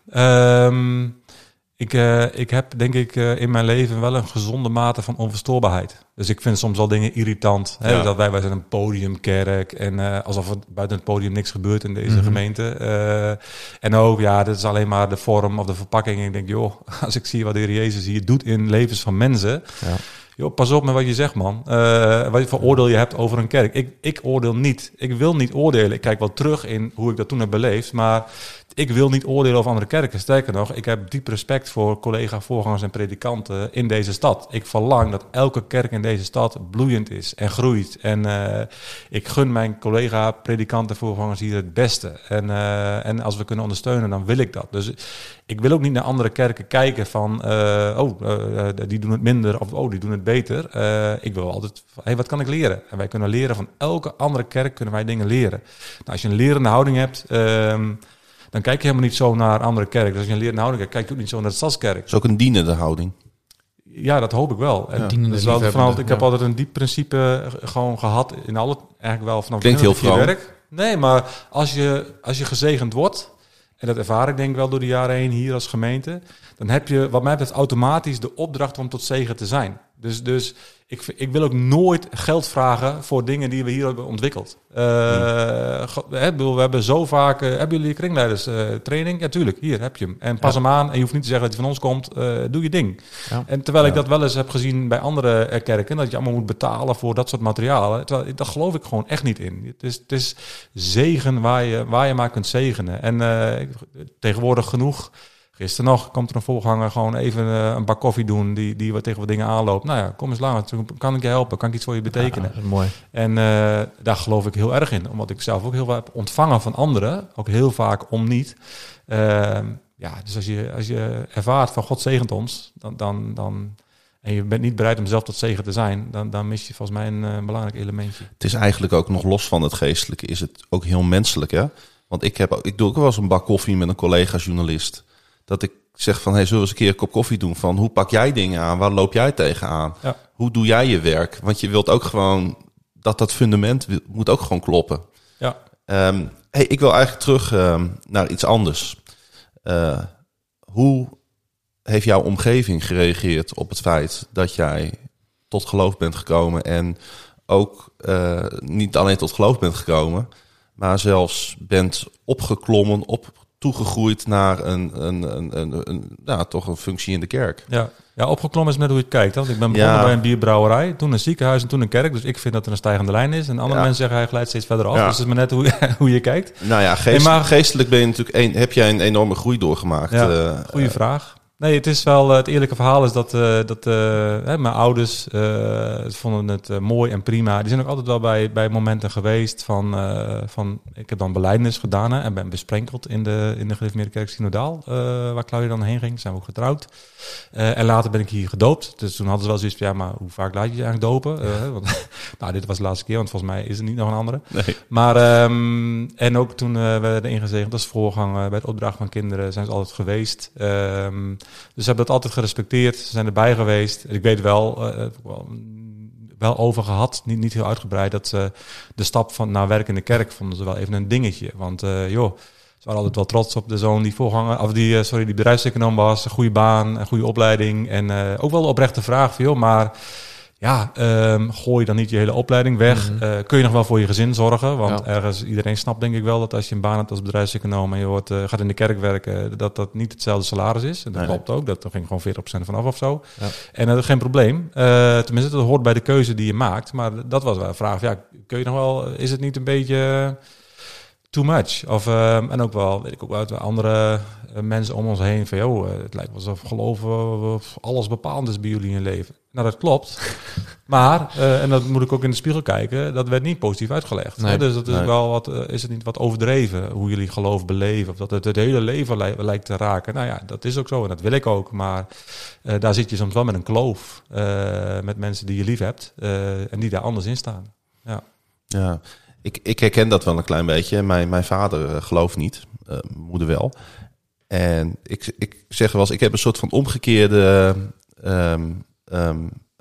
Ik heb denk ik in mijn leven wel een gezonde mate van onverstoorbaarheid. Dus ik vind soms wel dingen irritant. Hè? Ja. Dat wij zijn een podiumkerk en alsof er buiten het podium niks gebeurt in deze gemeente. En ook, dit is alleen maar de vorm of de verpakking. En ik denk, joh, als ik zie wat de Heer Jezus hier doet in levens van mensen... Ja. Joh, pas op met wat je zegt, man. Wat voor oordeel je hebt over een kerk. Ik oordeel niet. Ik wil niet oordelen. Ik kijk wel terug in hoe ik dat toen heb beleefd. Maar ik wil niet oordelen over andere kerken. Sterker nog, ik heb diep respect voor collega, voorgangers en predikanten in deze stad. Ik verlang dat elke kerk in deze stad bloeiend is en groeit. En ik gun mijn collega, predikanten, voorgangers hier het beste. En als we kunnen ondersteunen, dan wil ik dat. Dus ik wil ook niet naar andere kerken kijken van... die doen het minder of die doen het beter. Ik wil altijd... wat kan ik leren? En wij kunnen leren van elke andere kerk kunnen wij dingen leren. Nou, als je een lerende houding hebt... dan kijk je helemaal niet zo naar andere kerken. Dus als je een lerende houding hebt, kijk je ook niet zo naar de stadskerk. Dat is ook een dienende houding. Ja, dat hoop ik wel. En dus ik heb altijd een diep principe gewoon gehad in alle... Eigenlijk wel vanaf Klinkt heel vroom. werk. Nee, maar als je gezegend wordt... En dat ervaar ik denk ik wel door de jaren heen hier als gemeente. Dan heb je wat mij betreft automatisch de opdracht om tot zegen te zijn. Dus ik wil ook nooit geld vragen voor dingen die we hier hebben ontwikkeld. We hebben zo vaak... hebben jullie kringleiderstraining? Ja, tuurlijk. Hier heb je hem. En pas hem aan. En je hoeft niet te zeggen dat hij van ons komt. Doe je ding. Ja. En terwijl ik dat wel eens heb gezien bij andere kerken... dat je allemaal moet betalen voor dat soort materialen. Terwijl, daar geloof ik gewoon echt niet in. Het is zegen waar je maar kunt zegenen. En tegenwoordig genoeg... Gisteren nog komt er een voorganger gewoon even een bak koffie doen die wat tegen wat dingen aanloopt. Nou ja, kom eens langs. Kan ik je helpen? Kan ik iets voor je betekenen? Ja, dat is mooi. En daar geloof ik heel erg in. Omdat ik zelf ook heel veel heb ontvangen van anderen. Ook heel vaak om niet. Dus als je ervaart van God zegent ons, dan en je bent niet bereid om zelf tot zegen te zijn, dan mis je volgens mij een belangrijk elementje. Het is eigenlijk ook nog los van het geestelijke, is het ook heel menselijk, hè? Want ik doe ook wel eens een bak koffie met een collega-journalist. Dat ik zeg van, zullen we eens een keer een kop koffie doen? Van, hoe pak jij dingen aan? Waar loop jij tegenaan? Ja. Hoe doe jij je werk? Want je wilt ook gewoon, dat fundament moet ook gewoon kloppen. Ja. Ik wil eigenlijk terug naar iets anders. Hoe heeft jouw omgeving gereageerd op het feit dat jij tot geloof bent gekomen? En ook niet alleen tot geloof bent gekomen, maar zelfs bent opgeklommen, toegegroeid naar toch een functie in de kerk. Ja, opgeklommen is met hoe je het kijkt. Want ik ben begonnen bij een bierbrouwerij, toen een ziekenhuis en toen een kerk. Dus ik vind dat er een stijgende lijn is. En andere mensen zeggen hij glijdt steeds verder af. Ja. Dus het is maar net hoe je kijt. Nou ja, geestelijk ben je natuurlijk heb jij een enorme groei doorgemaakt. Ja, goede vraag. Nee, het is wel het eerlijke verhaal is dat mijn ouders vonden het mooi en prima. Die zijn ook altijd wel bij momenten geweest van ik heb dan belijdenis gedaan en ben besprenkeld in de gereformeerde kerk Synodaal, waar Claudia dan heen ging. Zijn we ook getrouwd. En later ben ik hier gedoopt. Dus toen hadden ze wel zoiets van, maar hoe vaak laat je eigenlijk dopen? Want dit was de laatste keer, want volgens mij is er niet nog een andere. Nee. Maar en ook toen we werden ingezegend als voorgang bij het opdracht van kinderen zijn ze altijd geweest. Dus ze hebben dat altijd gerespecteerd. Ze zijn erbij geweest. Ik weet wel over gehad, niet heel uitgebreid, dat ze de stap van naar werk in de kerk vonden ze wel even een dingetje. Want ze waren altijd wel trots op de zoon die voorganger, die bedrijfseconoom was, een goede baan, een goede opleiding en ook wel de oprechte vraag van maar gooi dan niet je hele opleiding weg. Mm-hmm. Kun je nog wel voor je gezin zorgen? Want ergens, iedereen snapt denk ik wel dat als je een baan hebt als bedrijfseconoom en je gaat in de kerk werken, dat niet hetzelfde salaris is. En dat klopt ook. Dat ging gewoon 40% vanaf of zo. Ja. En dat is geen probleem. Tenminste, dat hoort bij de keuze die je maakt. Maar dat was wel een vraag. Kun je nog wel, is het niet een beetje too much? Of, en ook wel, weet ik ook uit andere mensen om ons heen van, het lijkt wel alsof geloven alles bepalend is bij jullie in je leven. Nou, dat klopt. Maar, en dat moet ik ook in de spiegel kijken, dat werd niet positief uitgelegd. Nee, dus dat is wel is het niet wat overdreven, hoe jullie geloof beleven, of dat het hele leven lijkt te raken. Nou ja, dat is ook zo en dat wil ik ook. Maar daar zit je soms wel met een kloof met mensen die je lief hebt en die daar anders in staan. Ja. Ik herken dat wel een klein beetje. Mijn vader gelooft niet, moeder wel. En ik zeg wel eens, ik heb een soort van omgekeerde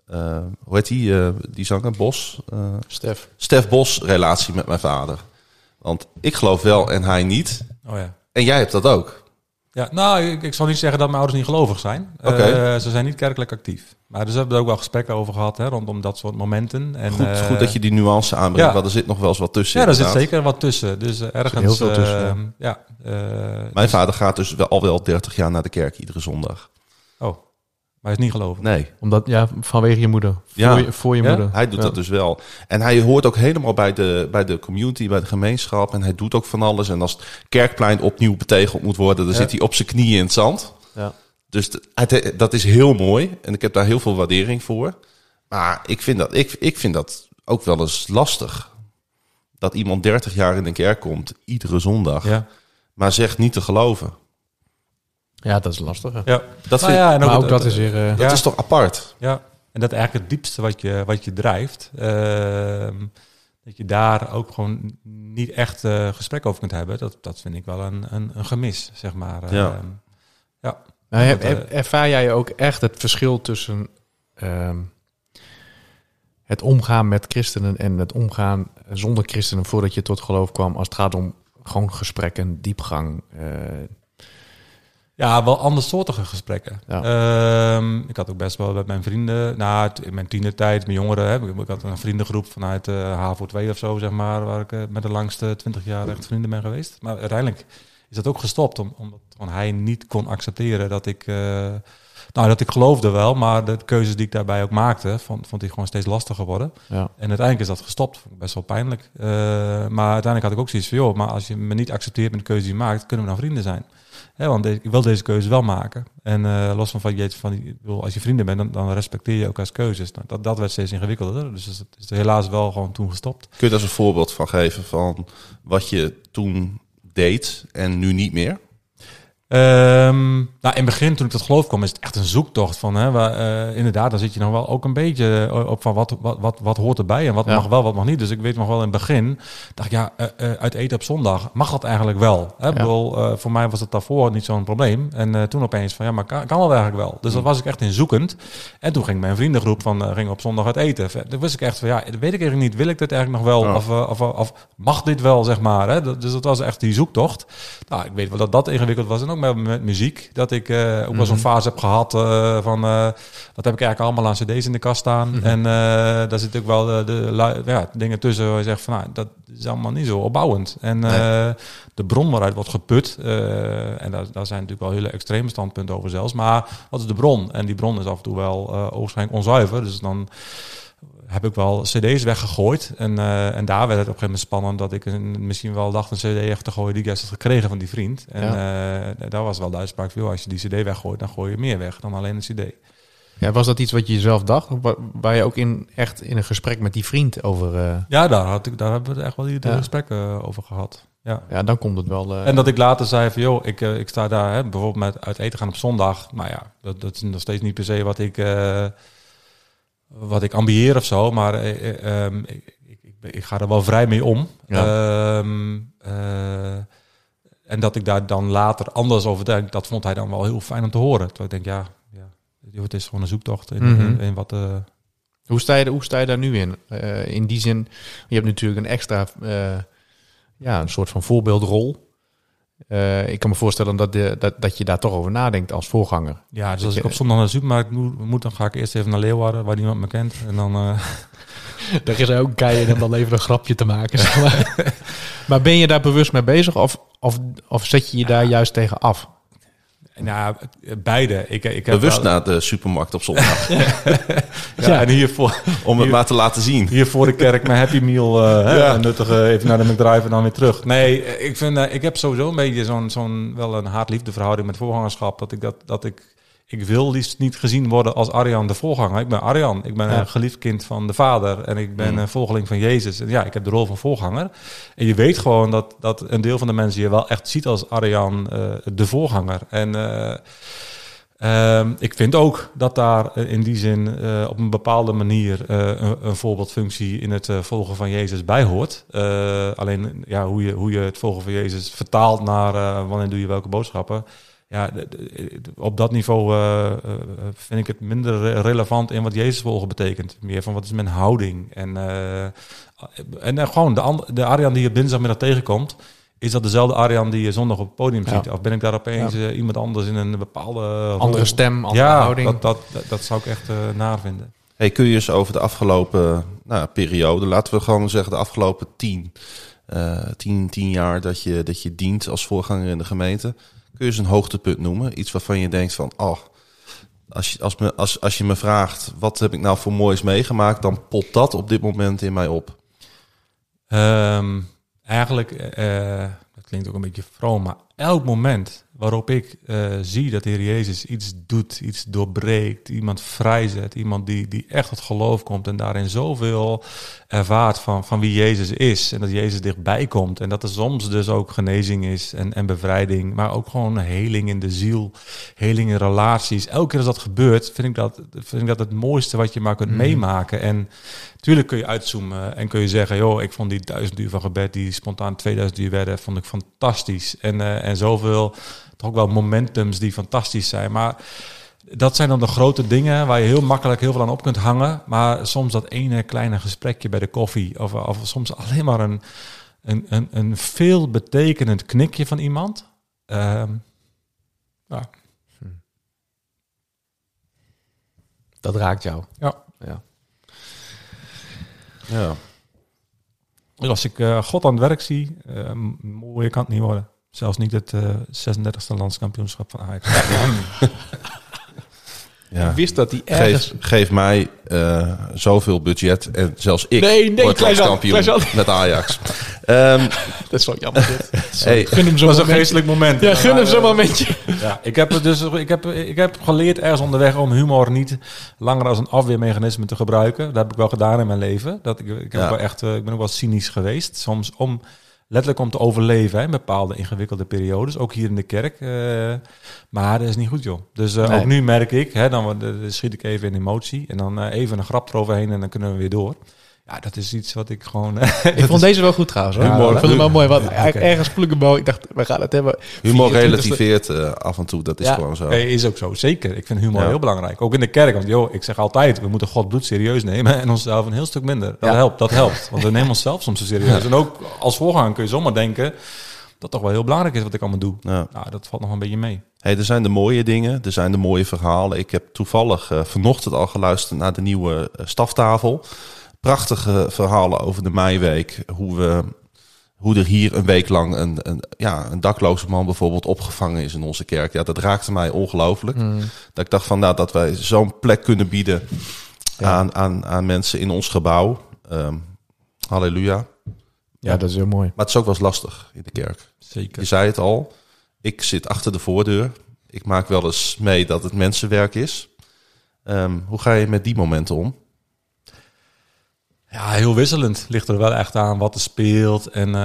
hoe heet die zanger? Bos? Stef Bos relatie met mijn vader. Want ik geloof wel en hij niet. Oh ja. En jij hebt dat ook. Ja, nou, ik zal niet zeggen dat mijn ouders niet gelovig zijn. Oké. Ze zijn niet kerkelijk actief. Maar dus hebben we er ook wel gesprekken over gehad, hè, rondom dat soort momenten. En, Goed dat je die nuance aanbrengt, want er zit nog wel eens wat tussen. Ja, er zit inderdaad. zeker wat tussen. Dus ergens... heel veel tussen, Mijn vader gaat dus al wel 30 jaar naar de kerk iedere zondag. Oh, maar hij is niet gelovig. Nee. Omdat, vanwege je moeder. Voor je Ja? moeder. Hij doet dat dus wel. En hij hoort ook helemaal bij de community, bij de gemeenschap. En hij doet ook van alles. En als het Kerkplein opnieuw betegeld moet worden, dan zit hij op zijn knieën in het zand. Ja. Dus dat is heel mooi. En ik heb daar heel veel waardering voor. Maar ik vind dat ook wel eens lastig. Dat iemand 30 jaar in de kerk komt, iedere zondag. Ja. Maar zegt niet te geloven. Ja, dat is lastig. Hè. Ja. Dat, Nou vind, ja, en Maar ook dat is weer... dat ja. is toch apart? Ja, en dat eigenlijk het diepste wat je drijft. Dat je daar ook gewoon niet echt gesprek over kunt hebben. Dat vind ik wel een gemis, zeg maar. Ja. Ja. Nou, ervaar jij ook echt het verschil tussen het omgaan met christenen en het omgaan zonder christenen voordat je tot geloof kwam, als het gaat om gewoon gesprekken, diepgang? Ja, wel andersoortige gesprekken. Ja. Ik had ook best wel met mijn vrienden, in mijn tienertijd, mijn jongeren, ik had een vriendengroep vanuit HAVO 2 of zo, zeg maar, waar ik met de langste 20 jaar echt vrienden ben geweest. Maar uiteindelijk is dat ook gestopt, omdat gewoon hij niet kon accepteren dat ik... dat ik geloofde wel, maar de keuzes die ik daarbij ook maakte, vond hij gewoon steeds lastiger worden. Ja. En uiteindelijk is dat gestopt. Vond ik best wel pijnlijk. Maar uiteindelijk had ik ook zoiets van, joh, maar als je me niet accepteert met de keuze die je maakt, kunnen we dan vrienden zijn. Want ik wil deze keuze wel maken. En los van als je vrienden bent, dan respecteer je ook als keuzes. Nou, dat werd steeds ingewikkelder. Dus het is helaas wel gewoon toen gestopt. Kun je daar eens een voorbeeld van geven van wat je toen deed en nu niet meer? In het begin, toen ik tot geloof kwam, is het echt een zoektocht van, inderdaad, dan zit je nog wel ook een beetje op van wat hoort erbij en wat mag wel, wat mag niet. Dus ik weet nog wel in het begin, dacht ik, uit eten op zondag, mag dat eigenlijk wel? Hè? Ja. Voor mij was het daarvoor niet zo'n probleem. En toen opeens van, maar kan dat eigenlijk wel? Dus dat was ik echt in zoekend. En toen ging mijn vriendengroep ging op zondag uit eten. Toen wist ik echt van, dat weet ik eigenlijk niet. Wil ik dit eigenlijk nog wel? Ja. Of mag dit wel, zeg maar? Hè? Dus dat was echt die zoektocht. Nou, ik weet wel dat ingewikkeld was. En ook met muziek, dat ik ook wel zo'n fase heb gehad van wat heb ik eigenlijk allemaal aan cd's in de kast staan. En daar zit ook wel de dingen tussen waar je zegt van, dat is allemaal niet zo opbouwend. En de bron waaruit wordt geput, en daar zijn natuurlijk wel hele extreme standpunten over zelfs, maar wat is de bron? En die bron is af en toe wel ogenschijnlijk onzuiver, dus dan heb ik wel cd's weggegooid. En daar werd het op een gegeven moment spannend dat ik misschien wel dacht een cd echt te gooien die ik juist had gekregen van die vriend. En daar was wel de uitspraak van, als je die cd weggooit, dan gooi je meer weg dan alleen een cd. Ja, was dat iets wat je jezelf dacht? Of waar je ook echt in een gesprek met die vriend over... Ja, daar hebben we echt wel die gesprekken over gehad. Ja, dan komt het wel... En dat ik later zei van, ik sta daar bijvoorbeeld met uit eten gaan op zondag. Maar ja, dat is nog steeds niet per se wat ik ambieer of zo, maar ik ga er wel vrij mee om. Ja. En dat ik daar dan later anders over denk, dat vond hij dan wel heel fijn om te horen. Terwijl ik denk, het is gewoon een zoektocht in wat... Hoe sta je daar nu in? In die zin, je hebt natuurlijk een extra, een soort van voorbeeldrol. Ik kan me voorstellen dat je daar toch over nadenkt als voorganger. Ja, dus als ik op zondag naar de supermarkt moet, dan ga ik eerst even naar Leeuwarden, waar niemand me kent. En dan... Daar is ook keihard om dan even een grapje te maken. Zeg maar. Maar ben je daar bewust mee bezig of zet je daar juist tegen af? Nou, beide. Ik heb bewust naar de supermarkt op zondag. En hiervoor... Om het maar te laten zien. Hier voor de kerk mijn Happy Meal nuttig even naar de McDrive en dan weer terug. Nee, ik heb sowieso een beetje wel een haat-liefde verhouding met voorgangerschap. Ik wil liefst niet gezien worden als Arjan de voorganger. Ik ben Arjan. Ik ben een geliefd kind van de Vader. En ik ben een volgeling van Jezus. En ik heb de rol van voorganger. En je weet gewoon dat een deel van de mensen je wel echt ziet als Arjan de voorganger. En ik vind ook dat daar in die zin op een bepaalde manier een voorbeeldfunctie in het volgen van Jezus bij hoort. Alleen hoe je het volgen van Jezus vertaalt naar wanneer doe je welke boodschappen. op dat niveau vind ik het minder relevant in wat Jezus volgen betekent. Meer van wat is mijn houding. En gewoon de Arjan die je dinsdagmiddag tegenkomt, is dat dezelfde Arjan die je zondag op het podium ziet? Of ben ik daar opeens iemand anders in een bepaalde andere stem, andere houding? Dat zou ik echt naar vinden. Hey, kun je eens over de afgelopen periode, laten we gewoon zeggen de afgelopen 10 jaar dat je dient als voorganger in de gemeente, kun je eens een hoogtepunt noemen? Iets waarvan je denkt van, als je me vraagt, wat heb ik nou voor moois meegemaakt, dan popt dat op dit moment in mij op. Eigenlijk, dat klinkt ook een beetje vroom, maar elk moment waarop ik zie dat de Heer Jezus iets doet, iets doorbreekt, iemand vrijzet, iemand die echt tot geloof komt en daarin zoveel ervaart van wie Jezus is en dat Jezus dichtbij komt en dat er soms dus ook genezing is en bevrijding, maar ook gewoon heling in de ziel, heling in relaties. Elke keer als dat gebeurt, vind ik dat het mooiste wat je maar kunt meemaken. En natuurlijk kun je uitzoomen en kun je zeggen, joh, ik vond die 1000 uur van gebed, die spontaan 2000 uur werden, vond ik fantastisch. En zoveel, toch ook wel momentums die fantastisch zijn. Maar dat zijn dan de grote dingen waar je heel makkelijk heel veel aan op kunt hangen. Maar soms dat ene kleine gesprekje bij de koffie, of soms alleen maar een veel betekenend knikje van iemand. Dat raakt jou. Ja. Dus als ik God aan het werk zie, mooier kan het niet worden. Zelfs niet het 36e landskampioenschap van Ajax. Ja. Ik wist dat hij ergens... Geef mij zoveel budget en zelfs ik word Klein landskampioen met Ajax. Dat is wel jammer dit. Hey, Gun hem Dat zo'n was een momentje. geestelijk moment. Ja, gun hem zo'n momentje. Ja, ik heb geleerd ergens onderweg om humor niet langer als een afweermechanisme te gebruiken. Dat heb ik wel gedaan in mijn leven. Ik ben ook wel cynisch geweest. Soms letterlijk om te overleven in bepaalde ingewikkelde periodes. Ook hier in de kerk. Maar dat is niet goed, joh. Dus ook nu merk ik, dan schiet ik even in emotie. En dan even een grap eroverheen en dan kunnen we weer door. Ja, dat is iets wat ik gewoon... Ik vond deze wel goed trouwens. Hoor. Humor. Ik vond hem wel mooi. Want Okay. ergens plukkenboom. Ik dacht, we gaan het hebben. humor 24e. relativeert af en toe, dat is gewoon zo. Is ook zo, zeker. Ik vind humor heel belangrijk. Ook in de kerk. Want joh, ik zeg altijd, we moeten God bloed serieus nemen en onszelf een heel stuk minder. Dat helpt. Want we nemen onszelf soms zo serieus. En ook als voorganger kun je zomaar denken dat toch wel heel belangrijk is wat ik allemaal doe. Ja. Nou, dat valt nog een beetje mee. Hey, er zijn de mooie dingen, er zijn de mooie verhalen. Ik heb toevallig vanochtend al geluisterd naar de nieuwe staftafel. Prachtige verhalen over de Meiweek. Hoe er hier een week lang een dakloze man bijvoorbeeld opgevangen is in onze kerk. Ja, dat raakte mij ongelooflijk. Dat ik dacht van dat wij zo'n plek kunnen bieden aan mensen in ons gebouw. Halleluja. Ja, dat is heel mooi. Maar het is ook wel eens lastig in de kerk. Zeker. Je zei het al. Ik zit achter de voordeur. Ik maak wel eens mee dat het mensenwerk is. Hoe ga je met die momenten om? Ja, heel wisselend. Ligt er wel echt aan wat er speelt. En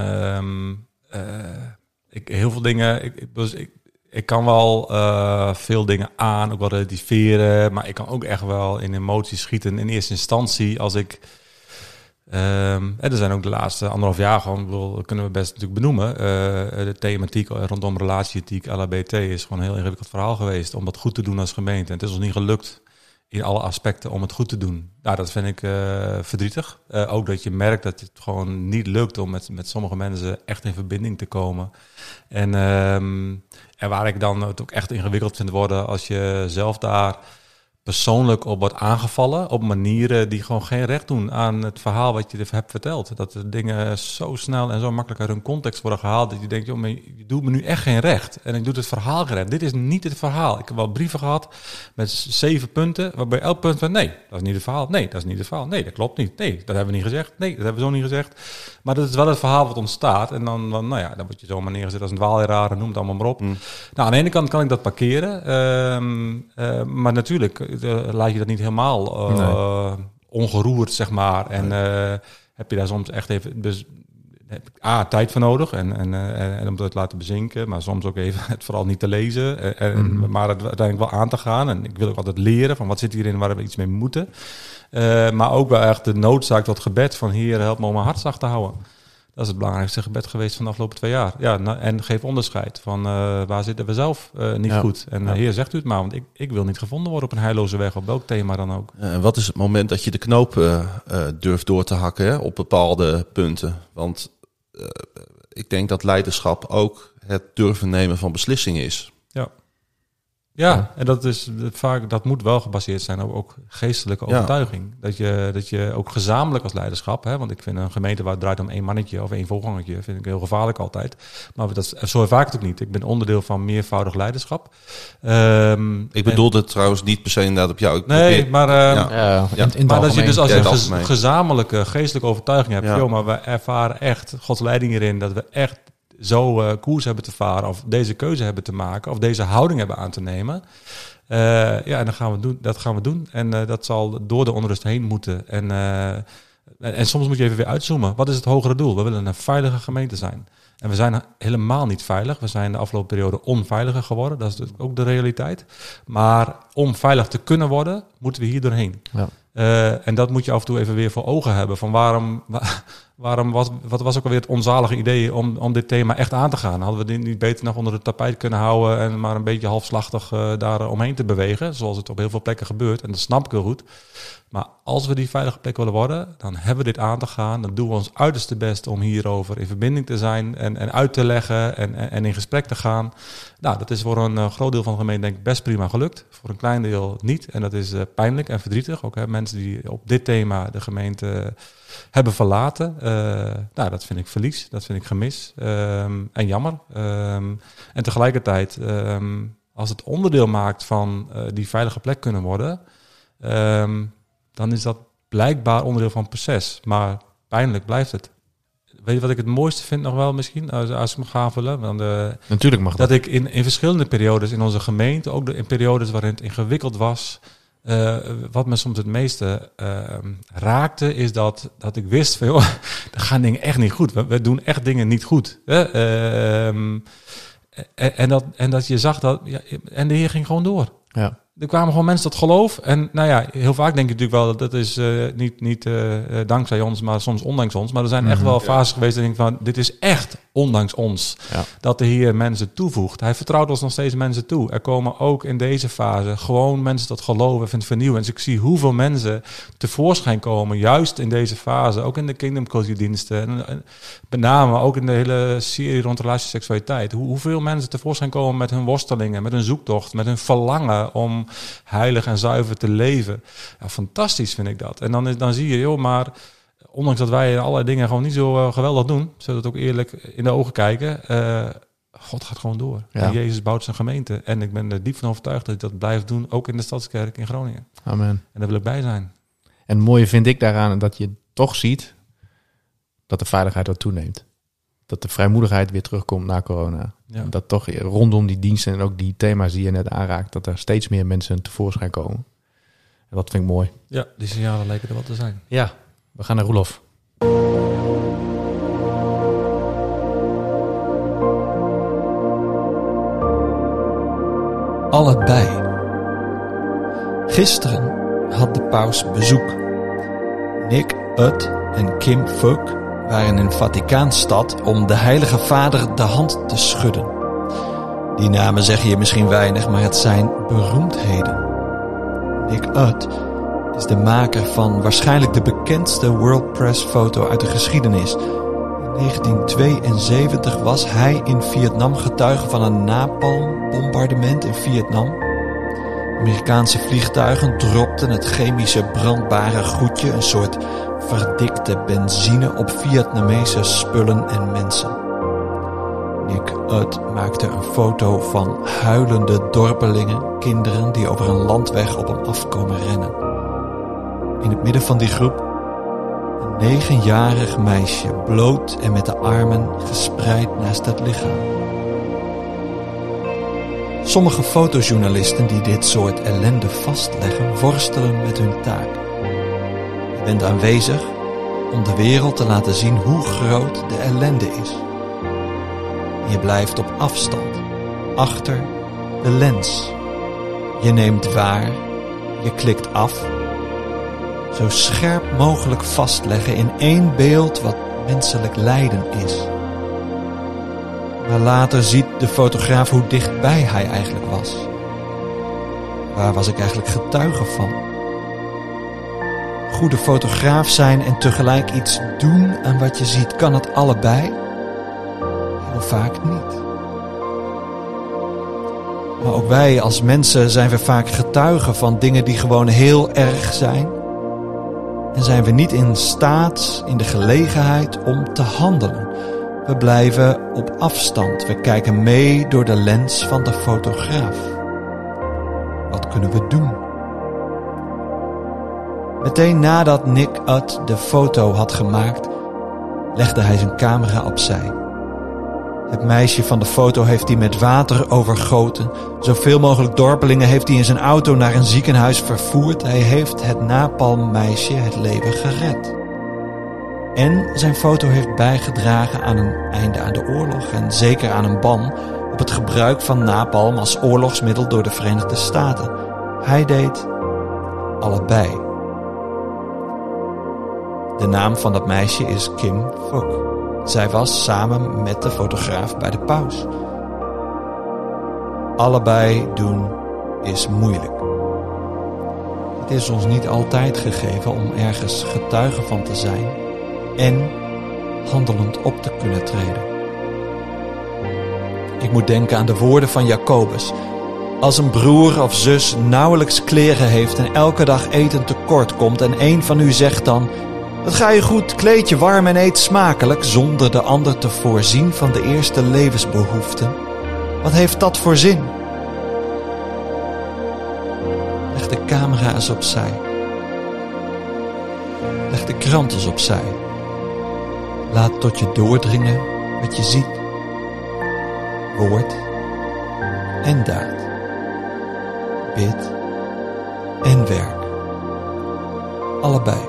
heel veel dingen... Ik kan wel veel dingen aan, ook wel relativeren. Maar ik kan ook echt wel in emoties schieten. In eerste instantie als ik... er zijn ook de laatste 1,5 jaar gewoon, dat kunnen we best natuurlijk benoemen. De thematiek rondom relatieethiek, LHBT is gewoon een heel ingewikkeld verhaal geweest. Om dat goed te doen als gemeente. En het is ons niet gelukt in alle aspecten om het goed te doen. Nou, dat vind ik verdrietig. Ook dat je merkt dat het gewoon niet lukt om met sommige mensen echt in verbinding te komen. En waar ik dan het ook echt ingewikkeld vind worden als je zelf daar persoonlijk op wordt aangevallen op manieren die gewoon geen recht doen aan het verhaal wat je hebt verteld. Dat de dingen zo snel en zo makkelijk uit hun context worden gehaald dat je denkt, joh, maar je doet me nu echt geen recht. En ik doe het verhaal geen recht. Dit is niet het verhaal. Ik heb wel brieven gehad met 7 punten, waarbij elk punt van nee, dat is niet het verhaal. Nee, dat is niet het verhaal. Nee, dat klopt niet. Nee, dat hebben we niet gezegd. Nee, dat hebben we zo niet gezegd. Maar dat is wel het verhaal wat ontstaat. En dan word je zomaar neergezet als een dwaalleraar en noem het allemaal maar op. Nou, aan de ene kant kan ik dat parkeren. Maar natuurlijk laat je dat niet helemaal ongeroerd, zeg maar. En heb je daar soms echt even... Dus heb ik tijd voor nodig en om het te laten bezinken. Maar soms ook even het vooral niet te lezen. Maar het uiteindelijk wel aan te gaan. En ik wil ook altijd leren van wat zit hierin waar we iets mee moeten. Maar ook wel echt de noodzaak tot gebed van Heer, help me om mijn hart zacht te houden. Dat is het belangrijkste gebed geweest van de afgelopen 2 jaar. Ja, en geef onderscheid van waar zitten we zelf niet goed. En Heer, zegt u het maar, want ik wil niet gevonden worden op een heilloze weg, op welk thema dan ook. En wat is het moment dat je de knoop durft door te hakken, hè, op bepaalde punten? Want ik denk dat leiderschap ook het durven nemen van beslissingen is. Ja, en dat is vaak, dat moet wel gebaseerd zijn op ook geestelijke overtuiging. Dat je ook gezamenlijk als leiderschap, hè, want ik vind een gemeente waar het draait om 1 mannetje of 1 voorgangertje, vind ik heel gevaarlijk altijd. Maar zo ervaar ik het ook niet. Ik ben onderdeel van meervoudig leiderschap. Ik bedoelde het trouwens niet per se inderdaad op jou. Nee, maar Maar dat je dus als een gezamenlijke geestelijke overtuiging hebt, joh, maar we ervaren echt Gods leiding hierin, dat we echt zo koers hebben te varen, of deze keuze hebben te maken, of deze houding hebben aan te nemen. En dan gaan we doen. Dat gaan we doen. En dat zal door de onrust heen moeten. En soms moet je even weer uitzoomen. Wat is het hogere doel? We willen een veilige gemeente zijn. En we zijn helemaal niet veilig. We zijn de afgelopen periode onveiliger geworden. Dat is dus ook de realiteit. Maar om veilig te kunnen worden, moeten we hier doorheen. Ja. En dat moet je af en toe even weer voor ogen hebben. Van wat was ook alweer het onzalige idee om dit thema echt aan te gaan? Hadden we dit niet beter nog onder het tapijt kunnen houden en maar een beetje halfslachtig daar omheen te bewegen, zoals het op heel veel plekken gebeurt. En dat snap ik heel goed. Maar als we die veilige plek willen worden, dan hebben we dit aan te gaan. Dan doen we ons uiterste best om hierover in verbinding te zijn en uit te leggen en in gesprek te gaan. Nou, dat is voor een groot deel van de gemeente denk ik best prima gelukt. Voor een klein deel niet. En dat is pijnlijk en verdrietig. Ook mensen die op dit thema de gemeente hebben verlaten. Dat vind ik verlies. Dat vind ik gemis. En jammer. En tegelijkertijd, als het onderdeel maakt van die veilige plek kunnen worden, dan is dat blijkbaar onderdeel van het proces. Maar pijnlijk blijft het. Weet je wat ik het mooiste vind nog wel misschien, als ik me ga vullen? Want, natuurlijk mag dat. Dat ik in verschillende periodes in onze gemeente, ook in periodes waarin het ingewikkeld was, wat me soms het meeste raakte, is dat ik wist van, joh, er gaan dingen echt niet goed. We doen echt dingen niet goed. En dat je zag dat, en de Heer ging gewoon door. Ja. Er kwamen gewoon mensen tot geloof. En nou ja, heel vaak denk je natuurlijk wel dat is niet dankzij ons, maar soms ondanks ons. Maar er zijn echt wel fases geweest dat ik denk van, dit is echt ondanks ons. Ja. Dat de Heer mensen toevoegt. Hij vertrouwt ons nog steeds mensen toe. Er komen ook in deze fase gewoon mensen tot geloven en vernieuwen. En dus ik zie hoeveel mensen tevoorschijn komen, juist in deze fase. Ook in de Kingdom Culture diensten. En met name ook in de hele serie rond relatie en seksualiteit. Hoeveel mensen tevoorschijn komen met hun worstelingen, met hun zoektocht, met hun verlangen om heilig en zuiver te leven. Ja, fantastisch vind ik dat. En dan zie je, joh, maar ondanks dat wij allerlei dingen gewoon niet zo geweldig doen, zullen we het ook eerlijk in de ogen kijken, God gaat gewoon door. Ja. En Jezus bouwt zijn gemeente. En ik ben er diep van overtuigd dat hij dat blijft doen, ook in de Stadskerk in Groningen. Amen. En daar wil ik bij zijn. En het mooie vind ik daaraan dat je toch ziet dat de veiligheid wat toeneemt. Dat de vrijmoedigheid weer terugkomt na corona. Ja. Dat toch rondom die diensten en ook die thema's die je net aanraakt, dat er steeds meer mensen tevoorschijn komen. En dat vind ik mooi. Ja, die signalen lijken er wel te zijn. Ja, we gaan naar Roelof. Allebei. Gisteren had de paus bezoek. Nick Ut en Kim Phuc waren in Vaticaanstad om de Heilige Vader de hand te schudden. Die namen zeggen je misschien weinig, maar het zijn beroemdheden. Nick Ut is de maker van waarschijnlijk de bekendste World Press foto uit de geschiedenis. In 1972 was hij in Vietnam getuige van een napalmbombardement in Vietnam. Amerikaanse vliegtuigen dropten het chemische brandbare goedje, een soort verdikte benzine, op Vietnamese spullen en mensen. Nick Ut maakte een foto van huilende dorpelingen, kinderen die over een landweg op hem afkomen rennen. In het midden van die groep een 9-jarig meisje, bloot en met de armen gespreid naast het lichaam. Sommige fotojournalisten die dit soort ellende vastleggen, worstelen met hun taak. Je bent aanwezig om de wereld te laten zien hoe groot de ellende is. Je blijft op afstand, achter de lens. Je neemt waar, je klikt af. Zo scherp mogelijk vastleggen in één beeld wat menselijk lijden is. Maar later ziet de fotograaf hoe dichtbij hij eigenlijk was. Waar was ik eigenlijk getuige van? Goede fotograaf zijn en tegelijk iets doen aan wat je ziet, kan het allebei? Heel vaak niet. Maar ook wij als mensen zijn we vaak getuigen van dingen die gewoon heel erg zijn. En zijn we niet in staat, in de gelegenheid om te handelen. We blijven op afstand. We kijken mee door de lens van de fotograaf. Wat kunnen we doen? Meteen nadat Nick Ut de foto had gemaakt, legde hij zijn camera opzij. Het meisje van de foto heeft hij met water overgoten. Zoveel mogelijk dorpelingen heeft hij in zijn auto naar een ziekenhuis vervoerd. Hij heeft het napalmmeisje het leven gered. En zijn foto heeft bijgedragen aan een einde aan de oorlog en zeker aan een ban op het gebruik van napalm als oorlogsmiddel door de Verenigde Staten. Hij deed allebei. De naam van dat meisje is Kim Phuc. Zij was samen met de fotograaf bij de paus. Allebei doen is moeilijk. Het is ons niet altijd gegeven om ergens getuige van te zijn en handelend op te kunnen treden. Ik moet denken aan de woorden van Jacobus. Als een broer of zus nauwelijks kleren heeft en elke dag eten tekort komt en een van u zegt dan: het ga je goed, kleed je warm en eet smakelijk, zonder de ander te voorzien van de eerste levensbehoeften. Wat heeft dat voor zin? Leg de camera eens opzij. Leg de krant eens opzij. Laat tot je doordringen wat je ziet. Woord en daad. Bid en werk. Allebei.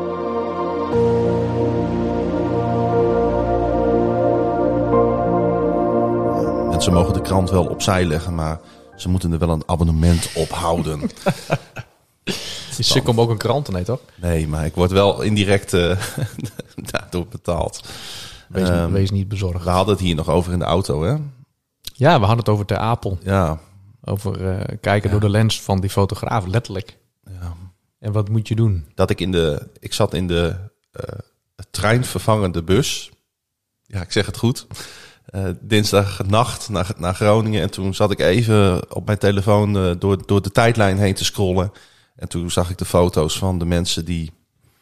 Mensen mogen de krant wel opzij leggen, maar ze moeten er wel een abonnement op houden. Je sukkel ook een krant, nee toch? Nee, maar ik word wel indirect daardoor betaald. Wees niet bezorgd. We hadden het hier nog over in de auto, hè? Ja, we hadden het over Ter Apel. Ja. Over kijken door de lens van die fotograaf, letterlijk. Ja. En wat moet je doen? Dat ik zat in de treinvervangende bus. Ja, ik zeg het goed. Dinsdagnacht naar Groningen. En toen zat ik even op mijn telefoon door de tijdlijn heen te scrollen. En toen zag ik de foto's van de mensen die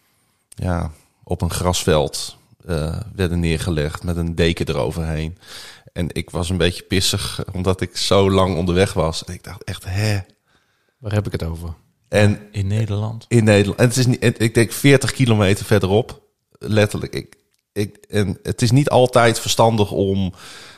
op een grasveld werden neergelegd met een deken eroverheen. En ik was een beetje pissig, omdat ik zo lang onderweg was. En ik dacht echt, Waar heb ik het over? En in Nederland? In Nederland. En het is niet, ik denk 40 kilometer verderop. Letterlijk. En het is niet altijd verstandig om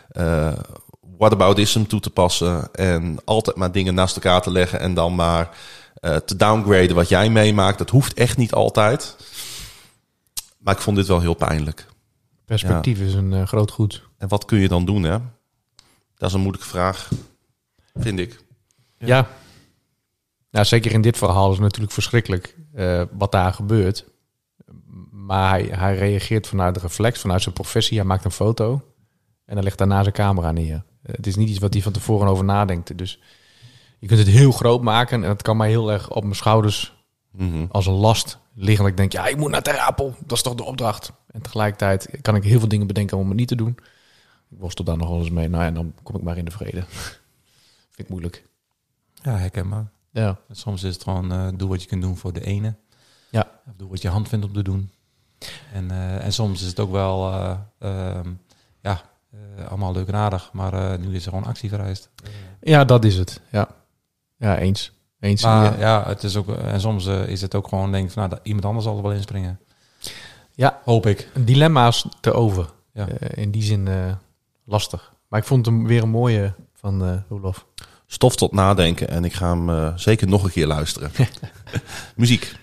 whataboutism toe te passen. En altijd maar dingen naast elkaar te leggen. En dan maar te downgraden wat jij meemaakt. Dat hoeft echt niet altijd. Maar ik vond dit wel heel pijnlijk. Perspectief is een groot goed. En wat kun je dan doen, hè? Dat is een moeilijke vraag. Vind ik. Ja. Nou, zeker in dit verhaal is het natuurlijk verschrikkelijk wat daar gebeurt. Maar hij reageert vanuit de reflex, vanuit zijn professie. Hij maakt een foto en dan legt daarna zijn camera neer. Het is niet iets wat hij van tevoren over nadenkt. Dus je kunt het heel groot maken en het kan mij heel erg op mijn schouders als een last liggen. Dat ik denk, ik moet naar Ter Apel. Dat is toch de opdracht. En tegelijkertijd kan ik heel veel dingen bedenken om het niet te doen. Ik worstel daar nog wel eens mee. Nou, en dan kom ik maar in de vrede. Vind ik moeilijk. Ja, herkenbaar. Ja. Soms is het gewoon doe wat je kunt doen voor de ene. Ja. Of doe wat je hand vindt om te doen. En soms is het ook wel allemaal leuk en aardig. Maar nu is er gewoon actie vereist. Ja, dat is het. Ja, eens. Maar het is ook, en soms is het ook gewoon denk van, dat iemand anders zal er wel inspringen. Ja, hoop ik. Dilemma's te over. Ja. In die zin lastig. Maar ik vond hem weer een mooie van Roelof. Stof tot nadenken en ik ga hem zeker nog een keer luisteren. Muziek.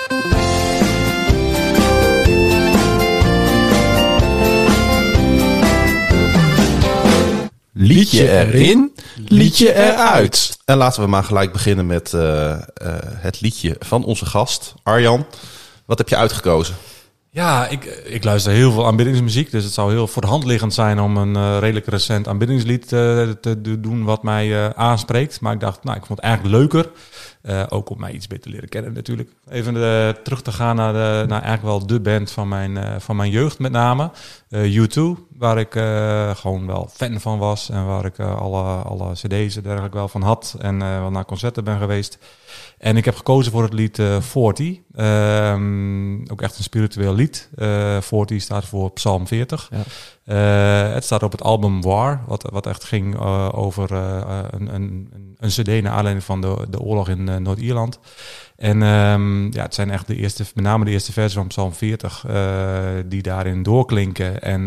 Liedje erin, liedje eruit. En laten we maar gelijk beginnen met het liedje van onze gast, Arjan. Wat heb je uitgekozen? Ja, ik luister heel veel aanbiddingsmuziek. Dus het zou heel voor de hand liggend zijn om een redelijk recent aanbiddingslied te doen wat mij aanspreekt. Maar ik dacht, ik vond het eigenlijk leuker. Ook om mij iets beter te leren kennen natuurlijk. Even terug te gaan naar eigenlijk wel de band van mijn jeugd met name. U2, waar ik gewoon wel fan van was. En waar ik alle cd's en dergelijke wel van had. En wel naar concerten ben geweest. En ik heb gekozen voor het lied 40. Ook echt een spiritueel lied. 40 staat voor Psalm 40. Ja. Het staat op het album War, wat echt ging over een cd naar aanleiding van de oorlog in Noord-Ierland. En het zijn echt met name de eerste versen van Psalm 40 die daarin doorklinken. En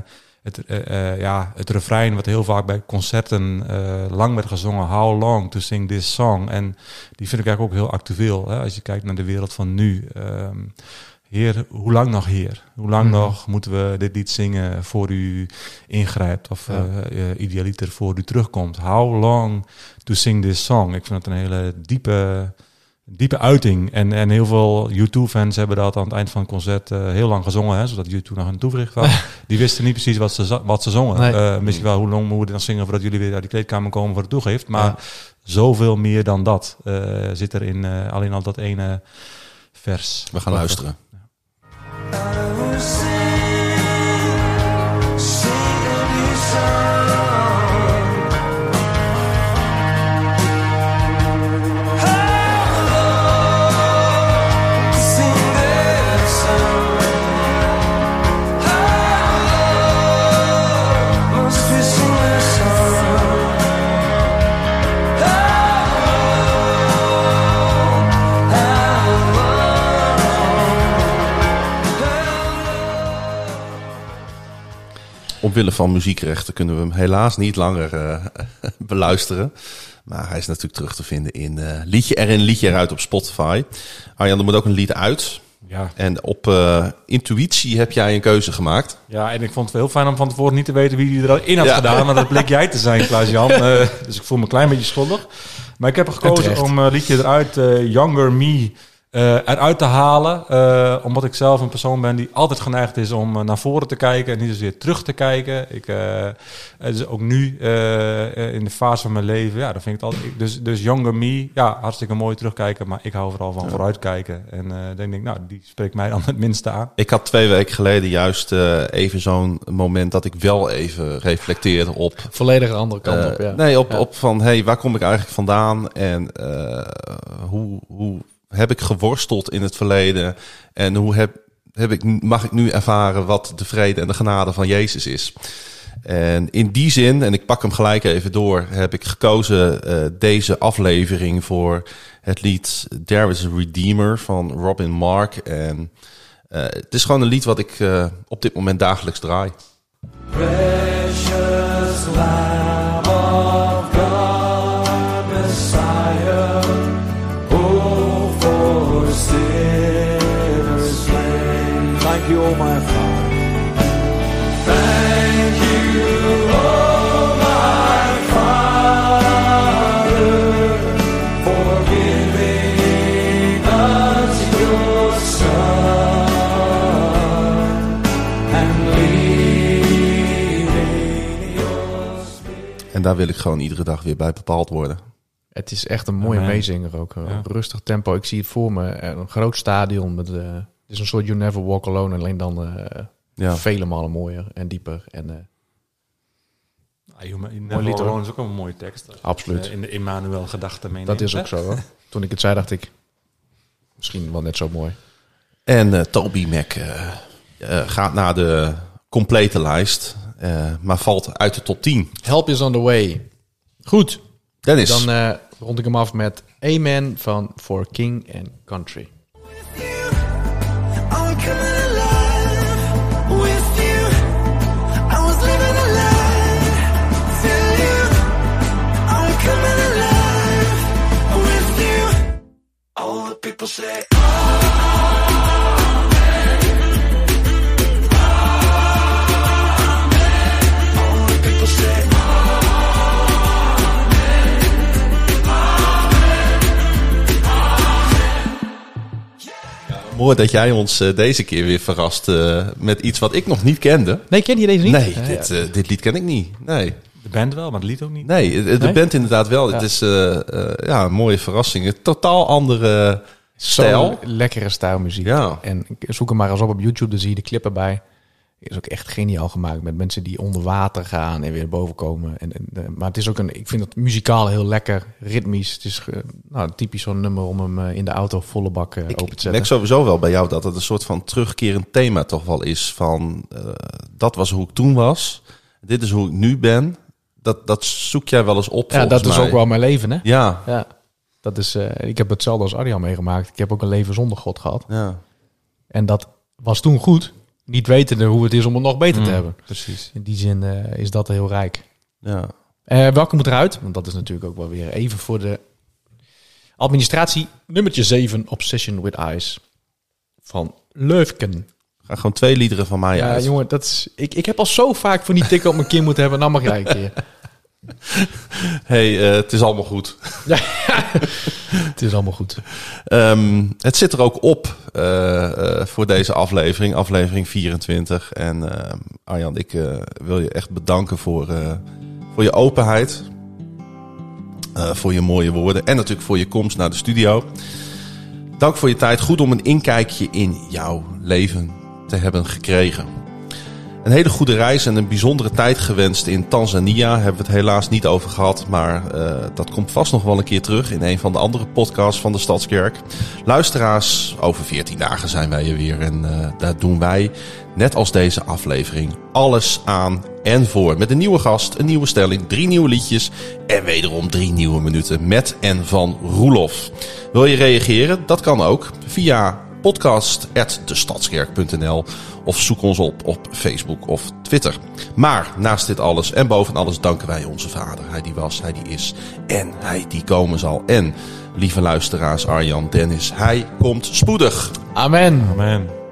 het refrein wat heel vaak bij concerten lang werd gezongen. How long to sing this song? En die vind ik eigenlijk ook heel actueel. Hè? Als je kijkt naar de wereld van nu. Heer, hoe lang nog, Heer? Hoe lang nog moeten we dit lied zingen voor u ingrijpt? Of idealiter voor u terugkomt? How long to sing this song? Ik vind het een hele diepe uiting. En heel veel U2-fans hebben dat aan het eind van het concert heel lang gezongen. Hè, zodat U2 nog een toevlucht had. Die wisten niet precies wat ze zongen. Nee. Misschien wel hoe lang moeten we dan zingen voordat jullie weer uit die kleedkamer komen voor de toegift. Maar zoveel meer dan dat zit er in alleen al dat ene vers. We gaan luisteren. Omwille van muziekrechten kunnen we hem helaas niet langer beluisteren. Maar hij is natuurlijk terug te vinden in liedje eruit op Spotify. Arjan, er moet ook een lied uit. Ja. En op intuïtie heb jij een keuze gemaakt. Ja, en ik vond het heel fijn om van tevoren niet te weten wie die erin had gedaan. Maar dat bleek jij te zijn, Klaas-Jan. Dus ik voel me een klein beetje schuldig. Maar ik heb gekozen om liedje eruit, Younger Me, eruit te halen. Omdat ik zelf een persoon ben die altijd geneigd is om naar voren te kijken en niet zozeer terug te kijken. Dus ook nu in de fase van mijn leven, dan vind ik het altijd. Dus Younger Me, hartstikke mooi terugkijken, maar ik hou vooral van vooruitkijken. En denk ik, die spreekt mij dan het minste aan. Ik had 2 weken geleden juist even zo'n moment dat ik wel even reflecteerde op volledig andere kant op. Ja. Nee, op van waar kom ik eigenlijk vandaan en hoe heb ik geworsteld in het verleden en hoe mag ik nu ervaren wat de vrede en de genade van Jezus is. En in die zin, en ik pak hem gelijk even door, heb ik gekozen deze aflevering voor het lied There is a Redeemer van Robin Mark. En het is gewoon een lied wat ik op dit moment dagelijks draai. Precious Lamb of God, Messiah, oh for sinners slain. Thank you, oh my Father. Thank you, oh my Father, for giving us your Son and leading your Spirit. En daar wil ik gewoon iedere dag weer bij bepaald worden. Het is echt een mooie meezinger ook. Ja. Rustig tempo. Ik zie het voor me. Een groot stadion met het is een soort You Never Walk Alone, alleen dan vele malen mooier en dieper. En You Never Walk Alone is ook een mooie tekst. Absoluut. In de Immanuel gedachte meenemen. Dat is ook zo. Hoor. Toen ik het zei, dacht ik misschien wel net zo mooi. En Toby Mac gaat naar de complete lijst, maar valt uit de top 10. Help is on the way. Goed. Dennis. Dan rond ik hem af met Amen van For King and Country. People say, Mooi dat jij ons deze keer weer verrast met iets wat ik nog niet kende. Nee, ken je deze niet? Nee, dit lied ken ik niet. Nee. De band wel, maar het lied ook niet. Nee, de band inderdaad wel. Ja. Het is een mooie verrassing. Een totaal andere stijl. Zo'n lekkere stijlmuziek. Ja. En zoek hem maar eens op YouTube, dan zie je de clip erbij. Is ook echt geniaal gemaakt met mensen die onder water gaan en weer boven komen. Maar het is ook ik vind het muzikaal heel lekker, ritmisch. Het is typisch zo'n nummer om hem in de auto volle bak open te zetten. Ik merk sowieso wel bij jou dat het een soort van terugkerend thema toch wel is. Van dat was hoe ik toen was, dit is hoe ik nu ben. Dat zoek jij wel eens op. Ja, dat is mij. ook wel mijn leven, hè? Ja. Dat is, ik heb hetzelfde als Arjan meegemaakt. Ik heb ook een leven zonder God gehad. Ja. En dat was toen goed. Niet wetende hoe het is om het nog beter te hebben. Precies. In die zin is dat heel rijk. Ja. Welke moet eruit? Want dat is natuurlijk ook wel weer even voor de administratie. Nummertje 7, Obsession with Eyes. Van Leufken. Ga gewoon 2 liederen van mij uit. Ja, jongen, dat is, ik heb al zo vaak van die tikken op mijn kin moeten hebben. Nou mag jij een keer. Hey, het is allemaal goed. Ja, het is allemaal goed. Het zit er ook op voor deze aflevering 24. En Arjan, ik wil je echt bedanken voor je openheid. Voor je mooie woorden. En natuurlijk voor je komst naar de studio. Dank voor je tijd. Goed om een inkijkje in jouw leven te hebben gekregen. Een hele goede reis en een bijzondere tijd gewenst in Tanzania. Hebben we het helaas niet over gehad. Maar dat komt vast nog wel een keer terug in een van de andere podcasts van de Stadskerk. Luisteraars, over 14 dagen zijn wij er weer. En daar doen wij, net als deze aflevering, alles aan en voor. Met een nieuwe gast, een nieuwe stelling, 3 nieuwe liedjes. En wederom 3 nieuwe minuten met en van Roelof. Wil je reageren? Dat kan ook via podcast@destadskerk.nl of zoek ons op Facebook of Twitter. Maar naast dit alles en boven alles danken wij onze Vader. Hij die was, hij die is en hij die komen zal. En lieve luisteraars, Arjan, Dennis, hij komt spoedig. Amen. Amen.